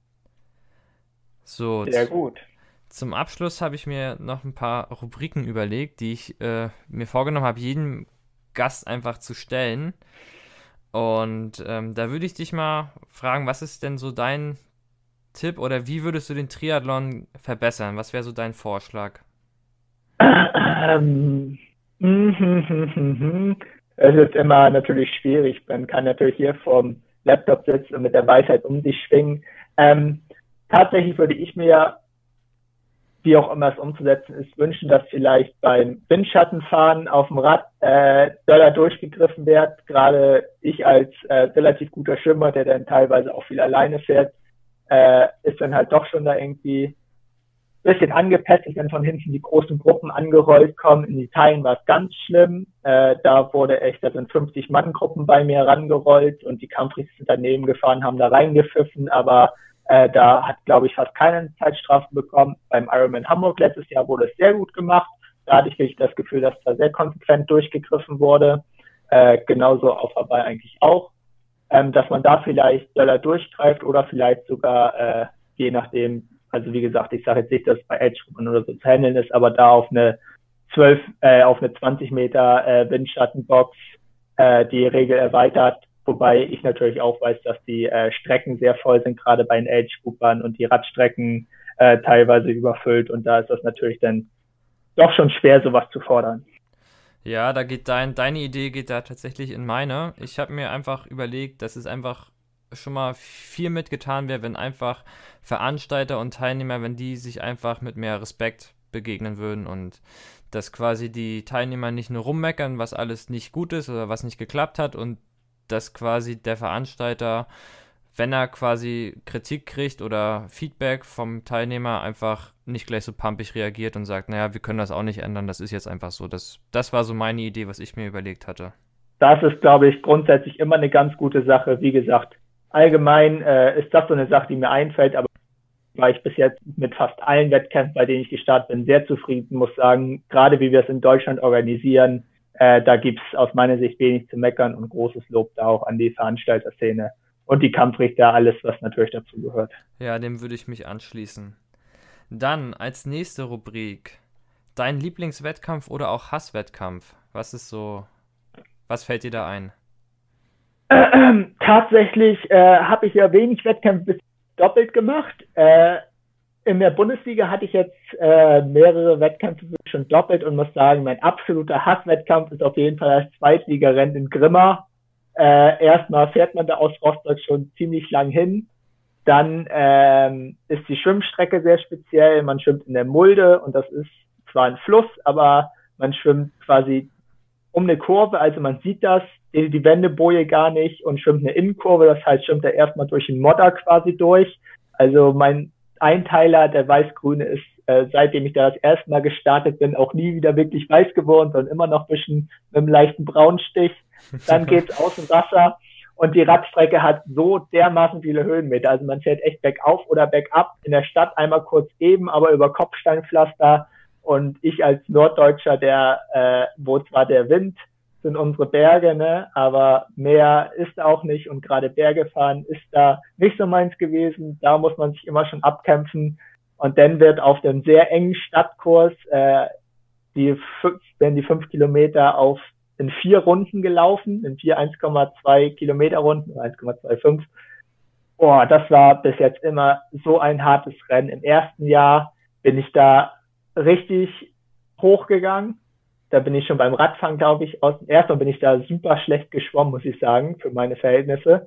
So, Sehr gut. zum Abschluss habe ich mir noch ein paar Rubriken überlegt, die ich mir vorgenommen habe, jedem Gast einfach zu stellen. Und da würde ich dich mal fragen, was ist denn so dein Tipp oder wie würdest du den Triathlon verbessern? Was wäre so dein Vorschlag? Ähm, Es ist immer natürlich schwierig. Man kann natürlich hier vorm Laptop sitzen und mit der Weisheit um sich schwingen. Ähm, Tatsächlich würde ich mir, wie auch immer es umzusetzen ist, wünschen, dass vielleicht beim Windschattenfahren auf dem Rad doller durchgegriffen wird. Gerade ich als relativ guter Schwimmer, der dann teilweise auch viel alleine fährt, ist dann halt doch schon da irgendwie ein bisschen angepesselt, wenn von hinten die großen Gruppen angerollt kommen. In Italien war es ganz schlimm. Da sind 50-Mann-Gruppen bei mir rangerollt und die Kampfrichter sind daneben gefahren, haben da reingepfiffen, aber da hat, glaube ich, fast keiner Zeitstrafen bekommen. Beim Ironman Hamburg letztes Jahr wurde es sehr gut gemacht. Da hatte ich wirklich das Gefühl, dass da sehr konsequent durchgegriffen wurde. Genauso auf Hawaii eigentlich auch. Dass man da vielleicht doller durchgreift oder vielleicht sogar, je nachdem, also wie gesagt, ich sage jetzt nicht, dass es bei Edge-Gruppen oder so zu handeln ist, aber da auf eine 20 Meter Windschattenbox die Regel erweitert. Wobei ich natürlich auch weiß, dass die Strecken sehr voll sind, gerade bei den Age-Groupern und die Radstrecken teilweise überfüllt. Und da ist das natürlich dann doch schon schwer, sowas zu fordern. Ja, da geht deine Idee geht da tatsächlich in meine. Ich habe mir einfach überlegt, dass es einfach schon mal viel mitgetan wäre, wenn einfach Veranstalter und Teilnehmer, wenn die sich einfach mit mehr Respekt begegnen würden und dass quasi die Teilnehmer nicht nur rummeckern, was alles nicht gut ist oder was nicht geklappt hat und dass quasi der Veranstalter, wenn er quasi Kritik kriegt oder Feedback vom Teilnehmer, einfach nicht gleich so pumpig reagiert und sagt, naja, wir können das auch nicht ändern, das ist jetzt einfach so. Das war so meine Idee, was ich mir überlegt hatte. Das ist, glaube ich, grundsätzlich immer eine ganz gute Sache. Wie gesagt, allgemein ist das so eine Sache, die mir einfällt, aber war ich bis jetzt mit fast allen Wettkämpfen, bei denen ich gestartet bin, sehr zufrieden, muss sagen, gerade wie wir es in Deutschland organisieren, da gibt's aus meiner Sicht wenig zu meckern und großes Lob da auch an die Veranstalterszene und die Kampfrichter, alles, was natürlich dazu gehört. Ja, dem würde ich mich anschließen. Dann als nächste Rubrik, dein Lieblingswettkampf oder auch Hasswettkampf. Was fällt dir da ein? Tatsächlich habe ich ja wenig Wettkämpfe bis doppelt gemacht. In der Bundesliga hatte ich jetzt mehrere Wettkämpfe schon doppelt und muss sagen, mein absoluter Hasswettkampf ist auf jeden Fall das Zweitligarennen in Grimma. Erstmal fährt man da aus Rostock schon ziemlich lang hin. Dann ist die Schwimmstrecke sehr speziell. Man schwimmt in der Mulde und das ist zwar ein Fluss, aber man schwimmt quasi um eine Kurve, also man sieht die Wendeboje gar nicht und schwimmt eine Innenkurve, das heißt, schwimmt er erstmal durch den Modder quasi durch. Also mein Einteiler, der weiß-grüne, ist, seitdem ich da das erste Mal gestartet bin, auch nie wieder wirklich weiß geworden, sondern immer noch ein bisschen mit einem leichten Braunstich. Dann geht's aus dem Wasser und die Radstrecke hat so dermaßen viele Höhenmeter. Also man fährt echt bergauf oder bergab in der Stadt einmal kurz eben, aber über Kopfsteinpflaster. Und ich als Norddeutscher, wo zwar der Wind sind unsere Berge, ne, aber Meer ist auch nicht und gerade Berge fahren ist da nicht so meins gewesen. Da muss man sich immer schon abkämpfen. Und dann wird auf dem sehr engen Stadtkurs die 5 Kilometer in 4 Runden gelaufen, in 4 1,2 Kilometer Runden, 1,25. Boah, das war bis jetzt immer so ein hartes Rennen. Im ersten Jahr bin ich da richtig hochgegangen. Da bin ich schon beim Radfahren, glaube ich, erstmal bin ich da super schlecht geschwommen, muss ich sagen, für meine Verhältnisse.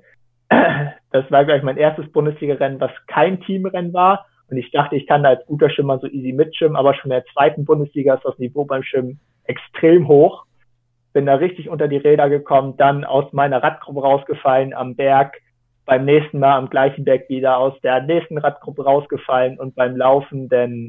Das war, glaube ich, mein erstes Bundesliga-Rennen, was kein Teamrennen war. Und ich dachte, ich kann da als guter Schwimmer so easy mitschwimmen, aber schon in der zweiten Bundesliga ist das Niveau beim Schwimmen extrem hoch. Bin da richtig unter die Räder gekommen, dann aus meiner Radgruppe rausgefallen am Berg, beim nächsten Mal am gleichen Berg wieder aus der nächsten Radgruppe rausgefallen und beim Laufen dann,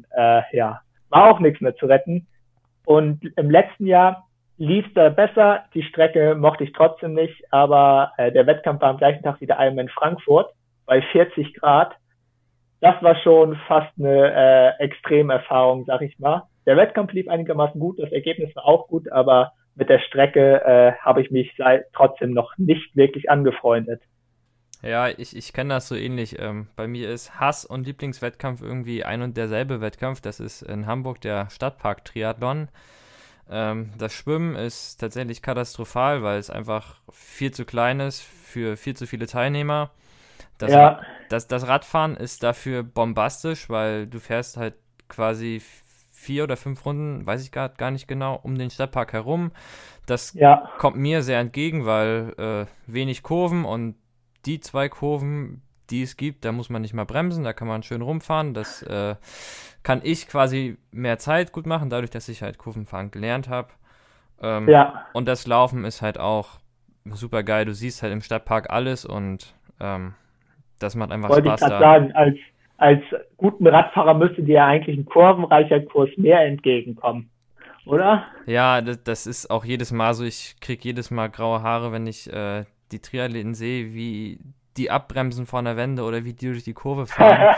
war auch nichts mehr zu retten. Und im letzten Jahr lief es da besser. Die Strecke mochte ich trotzdem nicht, aber der Wettkampf war am gleichen Tag wieder einmal in Frankfurt bei 40 Grad. Das war schon fast eine Extremerfahrung, sag ich mal. Der Wettkampf lief einigermaßen gut, das Ergebnis war auch gut, aber mit der Strecke habe ich mich trotzdem noch nicht wirklich angefreundet. Ja, ich kenne das so ähnlich. Bei mir ist Hass und Lieblingswettkampf irgendwie ein und derselbe Wettkampf. Das ist in Hamburg der Stadtpark-Triathlon. Das Schwimmen ist tatsächlich katastrophal, weil es einfach viel zu klein ist für viel zu viele Teilnehmer. Das Radfahren ist dafür bombastisch, weil du fährst halt quasi 4 oder 5 Runden, weiß ich gar nicht genau, um den Stadtpark herum. Das kommt mir sehr entgegen, weil wenig Kurven und die 2 Kurven, die es gibt, da muss man nicht mal bremsen, da kann man schön rumfahren. Das kann ich quasi mehr Zeit gut machen, dadurch, dass ich halt Kurvenfahren gelernt habe. Und das Laufen ist halt auch super geil. Du siehst halt im Stadtpark alles und das macht einfach Spaß. Wollte ich gerade sagen, als guten Radfahrer müsste dir ja eigentlich ein kurvenreicher Kurs mehr entgegenkommen, oder? Ja, das ist auch jedes Mal so. Ich kriege jedes Mal graue Haare, wenn ich die Triathleten sehe, wie die abbremsen vor einer Wende oder wie die durch die Kurve fahren.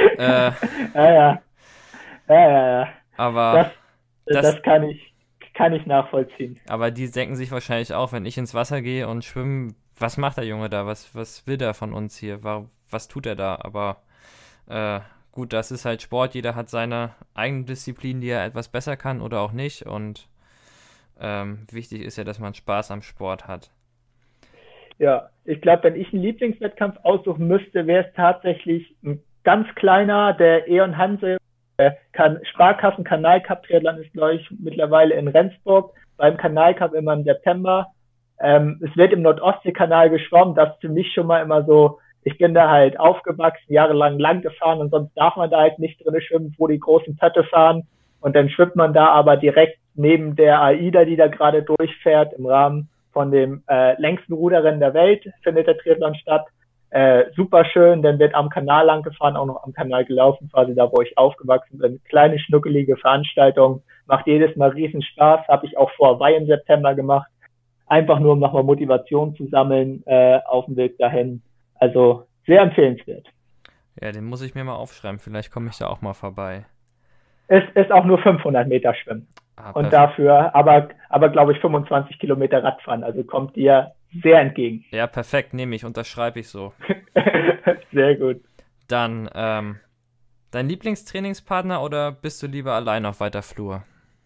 Aber das kann ich nachvollziehen. Aber die denken sich wahrscheinlich auch, wenn ich ins Wasser gehe und schwimme, was macht der Junge da? Was will der von uns hier? Was tut er da? Aber gut, das ist halt Sport. Jeder hat seine eigene Disziplin, die er etwas besser kann oder auch nicht. Und wichtig ist ja, dass man Spaß am Sport hat. Ja, ich glaube, wenn ich einen Lieblingswettkampf aussuchen müsste, wäre es tatsächlich ein ganz kleiner, der E.ON Hanse Sparkassen Kanalcup Triathlon ist, glaube ich, mittlerweile in Rendsburg, beim Kanalcup immer im September. Es wird im Nordostseekanal geschwommen, das ist für mich schon mal immer so, ich bin da halt aufgewachsen, jahrelang lang gefahren und sonst darf man da halt nicht drin schwimmen, wo die großen Pötte fahren und dann schwimmt man da aber direkt neben der AIDA, die da gerade durchfährt, im Rahmen von dem längsten Ruderrennen der Welt findet der Triathlon statt. Super schön, dann wird am Kanal lang gefahren, auch noch am Kanal gelaufen, quasi da, wo ich aufgewachsen bin. Kleine, schnuckelige Veranstaltung, macht jedes Mal riesen Spaß, habe ich auch vor Hawaii im September gemacht. Einfach nur, um nochmal Motivation zu sammeln auf dem Weg dahin. Also sehr empfehlenswert. Ja, den muss ich mir mal aufschreiben, vielleicht komme ich da auch mal vorbei. Es ist auch nur 500 Meter Schwimmen. Und dafür aber glaube ich 25 Kilometer Radfahren, also kommt dir sehr entgegen. Ja, perfekt, nehme ich, unterschreibe ich so. Sehr gut. Dann, dein Lieblingstrainingspartner oder bist du lieber allein auf weiter Flur?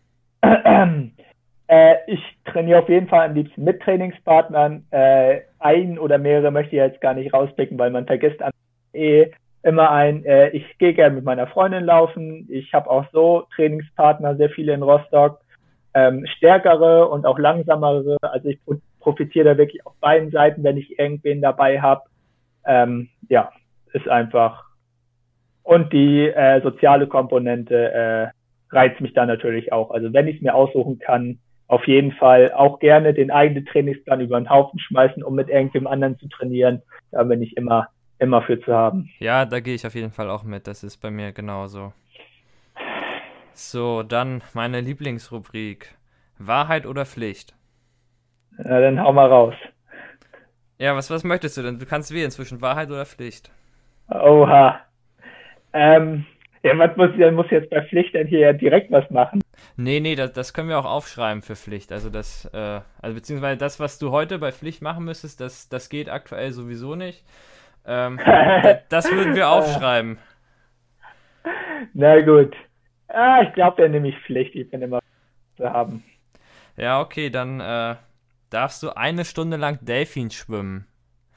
Ich trainiere auf jeden Fall am liebsten mit Trainingspartnern. Ein oder mehrere möchte ich jetzt gar nicht rauspicken, weil man vergisst immer ein. Ich gehe gerne mit meiner Freundin laufen. Ich habe auch so Trainingspartner, sehr viele in Rostock. Stärkere und auch langsamere. Also ich profitiere da wirklich auf beiden Seiten, wenn ich irgendwen dabei habe. Ist einfach. Und die soziale Komponente reizt mich da natürlich auch. Also wenn ich es mir aussuchen kann, auf jeden Fall auch gerne den eigenen Trainingsplan über den Haufen schmeißen, um mit irgendwem anderen zu trainieren. Da bin ich immer für zu haben. Ja, da gehe ich auf jeden Fall auch mit. Das ist bei mir genauso. So, dann meine Lieblingsrubrik. Wahrheit oder Pflicht? Na, dann hau mal raus. Ja, was möchtest du denn? Du kannst wählen zwischen Wahrheit oder Pflicht. Oha. Was muss jetzt bei Pflicht denn hier direkt was machen? Nee, das können wir auch aufschreiben für Pflicht. Also beziehungsweise das, was du heute bei Pflicht machen müsstest, das geht aktuell sowieso nicht. Das würden wir aufschreiben. Na gut. Ich glaube, dann nehme ich Pflicht. Ich bin immer zu haben. Ja, okay, dann darfst du 1 Stunde lang Delfin schwimmen.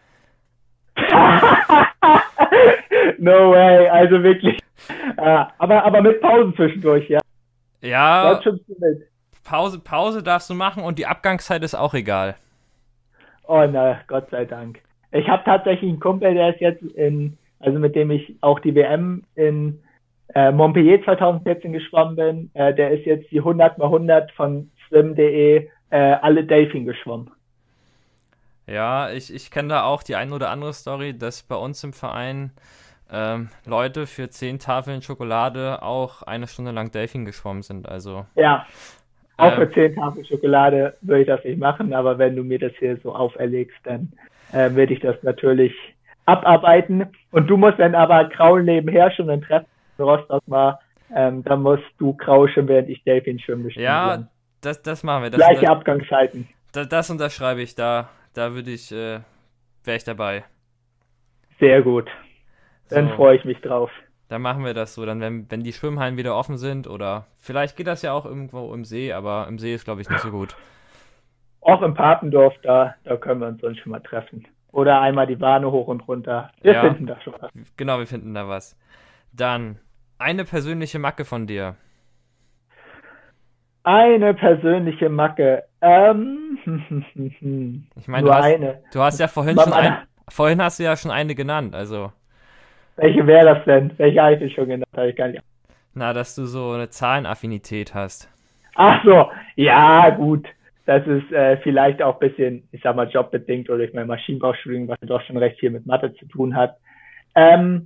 No way, also wirklich. Aber mit Pausen zwischendurch, ja? Ja, Pause darfst du machen und die Abgangszeit ist auch egal. Oh na, Gott sei Dank. Ich habe tatsächlich einen Kumpel, der ist jetzt mit dem ich auch die WM in Montpellier 2014 geschwommen bin. Der ist jetzt die 100x100 von swim.de alle Delfin geschwommen. Ja, ich kenne da auch die ein oder andere Story, dass bei uns im Verein Leute für 10 Tafeln Schokolade auch 1 Stunde lang Delfin geschwommen sind. Also ja, auch für 10 Tafeln Schokolade würde ich das nicht machen, aber wenn du mir das hier so auferlegst, dann werde ich das natürlich abarbeiten. Und du musst dann aber Kraul nebenher schon einen Treffen in Rostock mal, dann musst du Kraul schwimmen, während ich Delfin schwimmen. Ja, Das machen wir. Gleiche Abgangszeiten. Das unterschreibe ich. Da würde ich, wäre ich dabei. Sehr gut. Dann freue ich mich drauf. Dann machen wir das so. Dann, wenn die Schwimmhallen wieder offen sind oder vielleicht geht das ja auch irgendwo im See, aber im See ist, glaube ich, nicht so gut. Auch im Papendorf, da können wir uns sonst schon mal treffen. Oder einmal die Bahne hoch und runter. Wir finden da schon was. Genau, wir finden da was. Dann eine persönliche Macke von dir. Eine persönliche Macke. Ich meine, du hast ja vorhin hast du ja schon eine genannt, also. Welche wäre das denn? Welche habe ich schon genannt? Habe ich gar nicht. Na, dass du so eine Zahlenaffinität hast. Ach so, ja, gut. Das ist vielleicht auch ein bisschen, ich sag mal, jobbedingt oder durch mein Maschinenbaustudium, was doch schon recht viel mit Mathe zu tun hat. Ich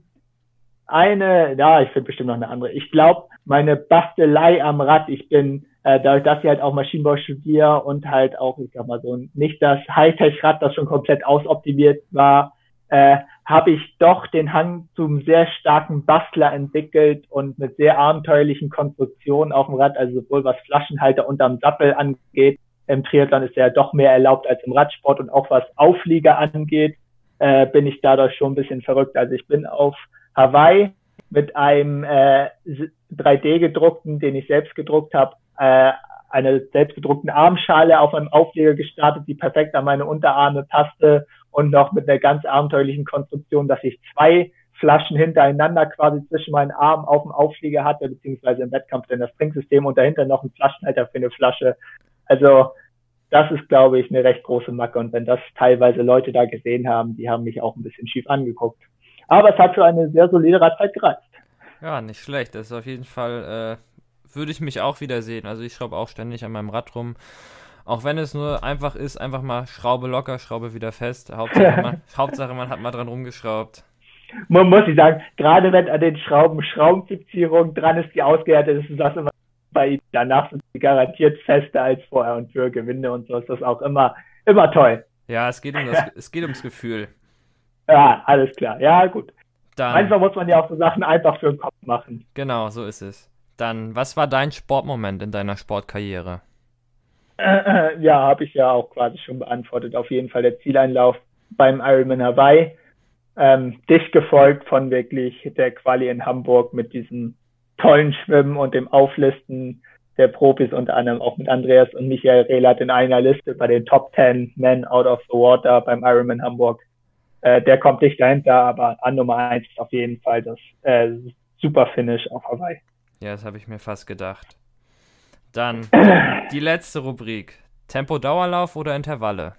finde bestimmt noch eine andere. Ich glaube, meine Bastelei am Rad, ich bin, dadurch, dass ich halt auch Maschinenbau studiere und halt auch, ich sag mal so, nicht das Hightech-Rad, das schon komplett ausoptimiert war, habe ich doch den Hang zum sehr starken Bastler entwickelt und mit sehr abenteuerlichen Konstruktionen auf dem Rad, also sowohl was Flaschenhalter unterm Sattel angeht. Im Triathlon ist ja doch mehr erlaubt als im Radsport und auch was Auflieger angeht, bin ich dadurch schon ein bisschen verrückt. Also ich bin auf Hawaii mit einem 3D-gedruckten, den ich selbst gedruckt habe, einer selbstgedruckten Armschale auf einem Auflieger gestartet, die perfekt an meine Unterarme passte und noch mit einer ganz abenteuerlichen Konstruktion, dass ich 2 Flaschen hintereinander quasi zwischen meinen Armen auf dem Auflieger hatte, beziehungsweise im Wettkampf dann das Trinksystem und dahinter noch ein Flaschenhalter für eine Flasche. Also das ist, glaube ich, eine recht große Macke. Und wenn das teilweise Leute da gesehen haben, die haben mich auch ein bisschen schief angeguckt. Aber es hat für eine sehr solide Radzeit gereicht. Ja, nicht schlecht. Das ist auf jeden Fall, würde ich mich auch wieder sehen. Also ich schraube auch ständig an meinem Rad rum. Auch wenn es nur einfach ist, einfach mal Schraube locker, Schraube wieder fest. Hauptsache man hat mal dran rumgeschraubt. Man muss ich sagen, gerade wenn an den Schraubenzipzierung dran ist, die ausgehärtet ist, das immer bei ihnen. Danach sind sie garantiert fester als vorher und für Gewinde und so ist das auch immer toll. Ja, es geht ums Gefühl. Ja, alles klar. Ja, gut. Dann, manchmal muss man ja auch so Sachen einfach für den Kopf machen. Genau, so ist es. Dann, was war dein Sportmoment in deiner Sportkarriere? Ja, habe ich ja auch quasi schon beantwortet. Auf jeden Fall der Zieleinlauf beim Ironman Hawaii. Dicht gefolgt von wirklich der Quali in Hamburg mit diesem tollen Schwimmen und dem Auflisten der Profis, unter anderem auch mit Andreas und Michael Rehlert in einer Liste bei den Top 10 Men Out of the Water beim Ironman Hamburg. Der kommt nicht dahinter, aber an Nummer 1 ist auf jeden Fall das super Finish auf Hawaii. Ja, das habe ich mir fast gedacht. Dann die letzte Rubrik. Tempo-Dauerlauf oder Intervalle?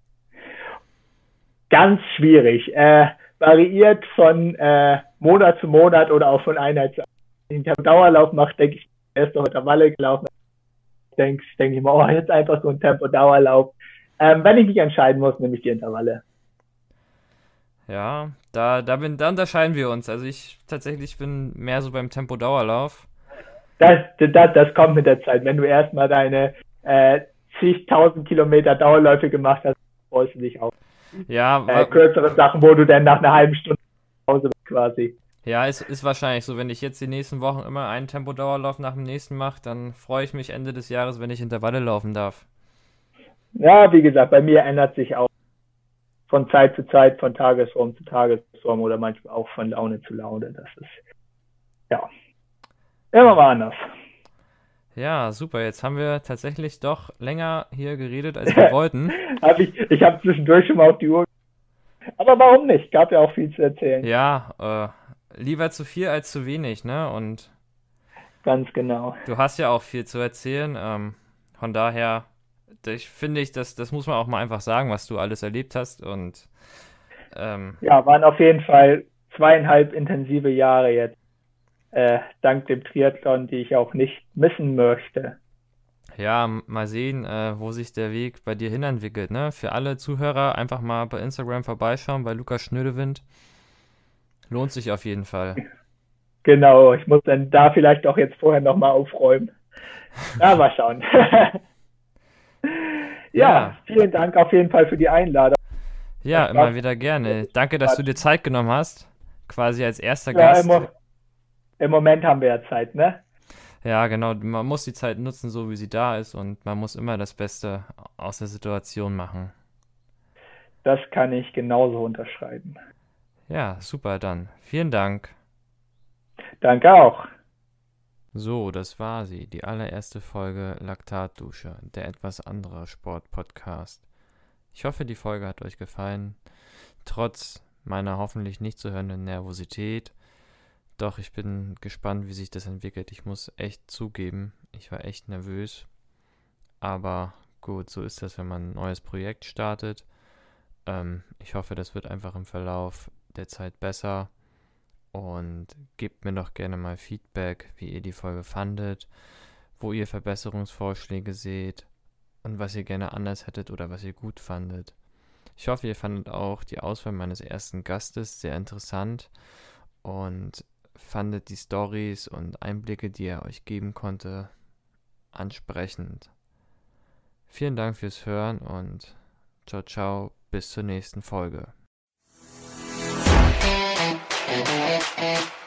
Ganz schwierig. Variiert von Monat zu Monat oder auch von Einheit zu Einheit. Wenn ich einen Dauerlauf mache, denke ich, erst noch Intervalle gelaufen. Denke ich mal, jetzt einfach so ein Tempo-Dauerlauf. Wenn ich mich entscheiden muss, nehme ich die Intervalle. Ja, da unterscheiden wir uns. Also ich tatsächlich bin mehr so beim Tempo-Dauerlauf. Das kommt mit der Zeit. Wenn du erstmal deine zigtausend Kilometer Dauerläufe gemacht hast, freust du dich auf. Ja, kürzere Sachen, wo du dann nach einer halben Stunde nach Hause bist quasi. Ja, ist wahrscheinlich so. Wenn ich jetzt die nächsten Wochen immer einen Tempo-Dauerlauf nach dem nächsten mache, dann freue ich mich Ende des Jahres, wenn ich Intervalle laufen darf. Ja, wie gesagt, bei mir ändert sich auch von Zeit zu Zeit, von Tagesform zu Tagesform oder manchmal auch von Laune zu Laune. Das ist, ja, immer mal anders. Ja, super. Jetzt haben wir tatsächlich doch länger hier geredet, als wir wollten. Ich habe zwischendurch schon mal auf die Uhr. Aber warum nicht? Gab ja auch viel zu erzählen. Ja, lieber zu viel als zu wenig, ne? Und ganz genau. Du hast ja auch viel zu erzählen. Von daher, das muss man auch mal einfach sagen, was du alles erlebt hast. Und ja, waren auf jeden Fall 2,5 intensive Jahre jetzt. Dank dem Triathlon, die ich auch nicht missen möchte. Ja, mal sehen, wo sich der Weg bei dir hinentwickelt. Ne? Für alle Zuhörer einfach mal bei Instagram vorbeischauen, bei Lukas Schnödewind. Lohnt sich auf jeden Fall. Genau, ich muss dann da vielleicht auch jetzt vorher nochmal aufräumen. Ja, mal schauen. Ja, vielen Dank auf jeden Fall für die Einladung. Ja, immer wieder gerne. Danke, dass du dir Zeit genommen hast. Quasi als erster Gast. Im Moment haben wir ja Zeit, ne? Ja, genau. Man muss die Zeit nutzen, so wie sie da ist, und man muss immer das Beste aus der Situation machen. Das kann ich genauso unterschreiben. Ja, super, dann. Vielen Dank. Danke auch. So, das war sie, die allererste Folge Laktatdusche, der etwas andere Sportpodcast. Ich hoffe, die Folge hat euch gefallen, trotz meiner hoffentlich nicht zu hörenden Nervosität. Doch ich bin gespannt, wie sich das entwickelt. Ich muss echt zugeben, ich war echt nervös. Aber gut, so ist das, wenn man ein neues Projekt startet. Ich hoffe, das wird einfach im Verlauf der Zeit besser. Und gebt mir doch gerne mal Feedback, wie ihr die Folge fandet, wo ihr Verbesserungsvorschläge seht und was ihr gerne anders hättet oder was ihr gut fandet. Ich hoffe, ihr fandet auch die Auswahl meines ersten Gastes sehr interessant und fandet die Storys und Einblicke, die er euch geben konnte, ansprechend. Vielen Dank fürs Hören und ciao, ciao, bis zur nächsten Folge.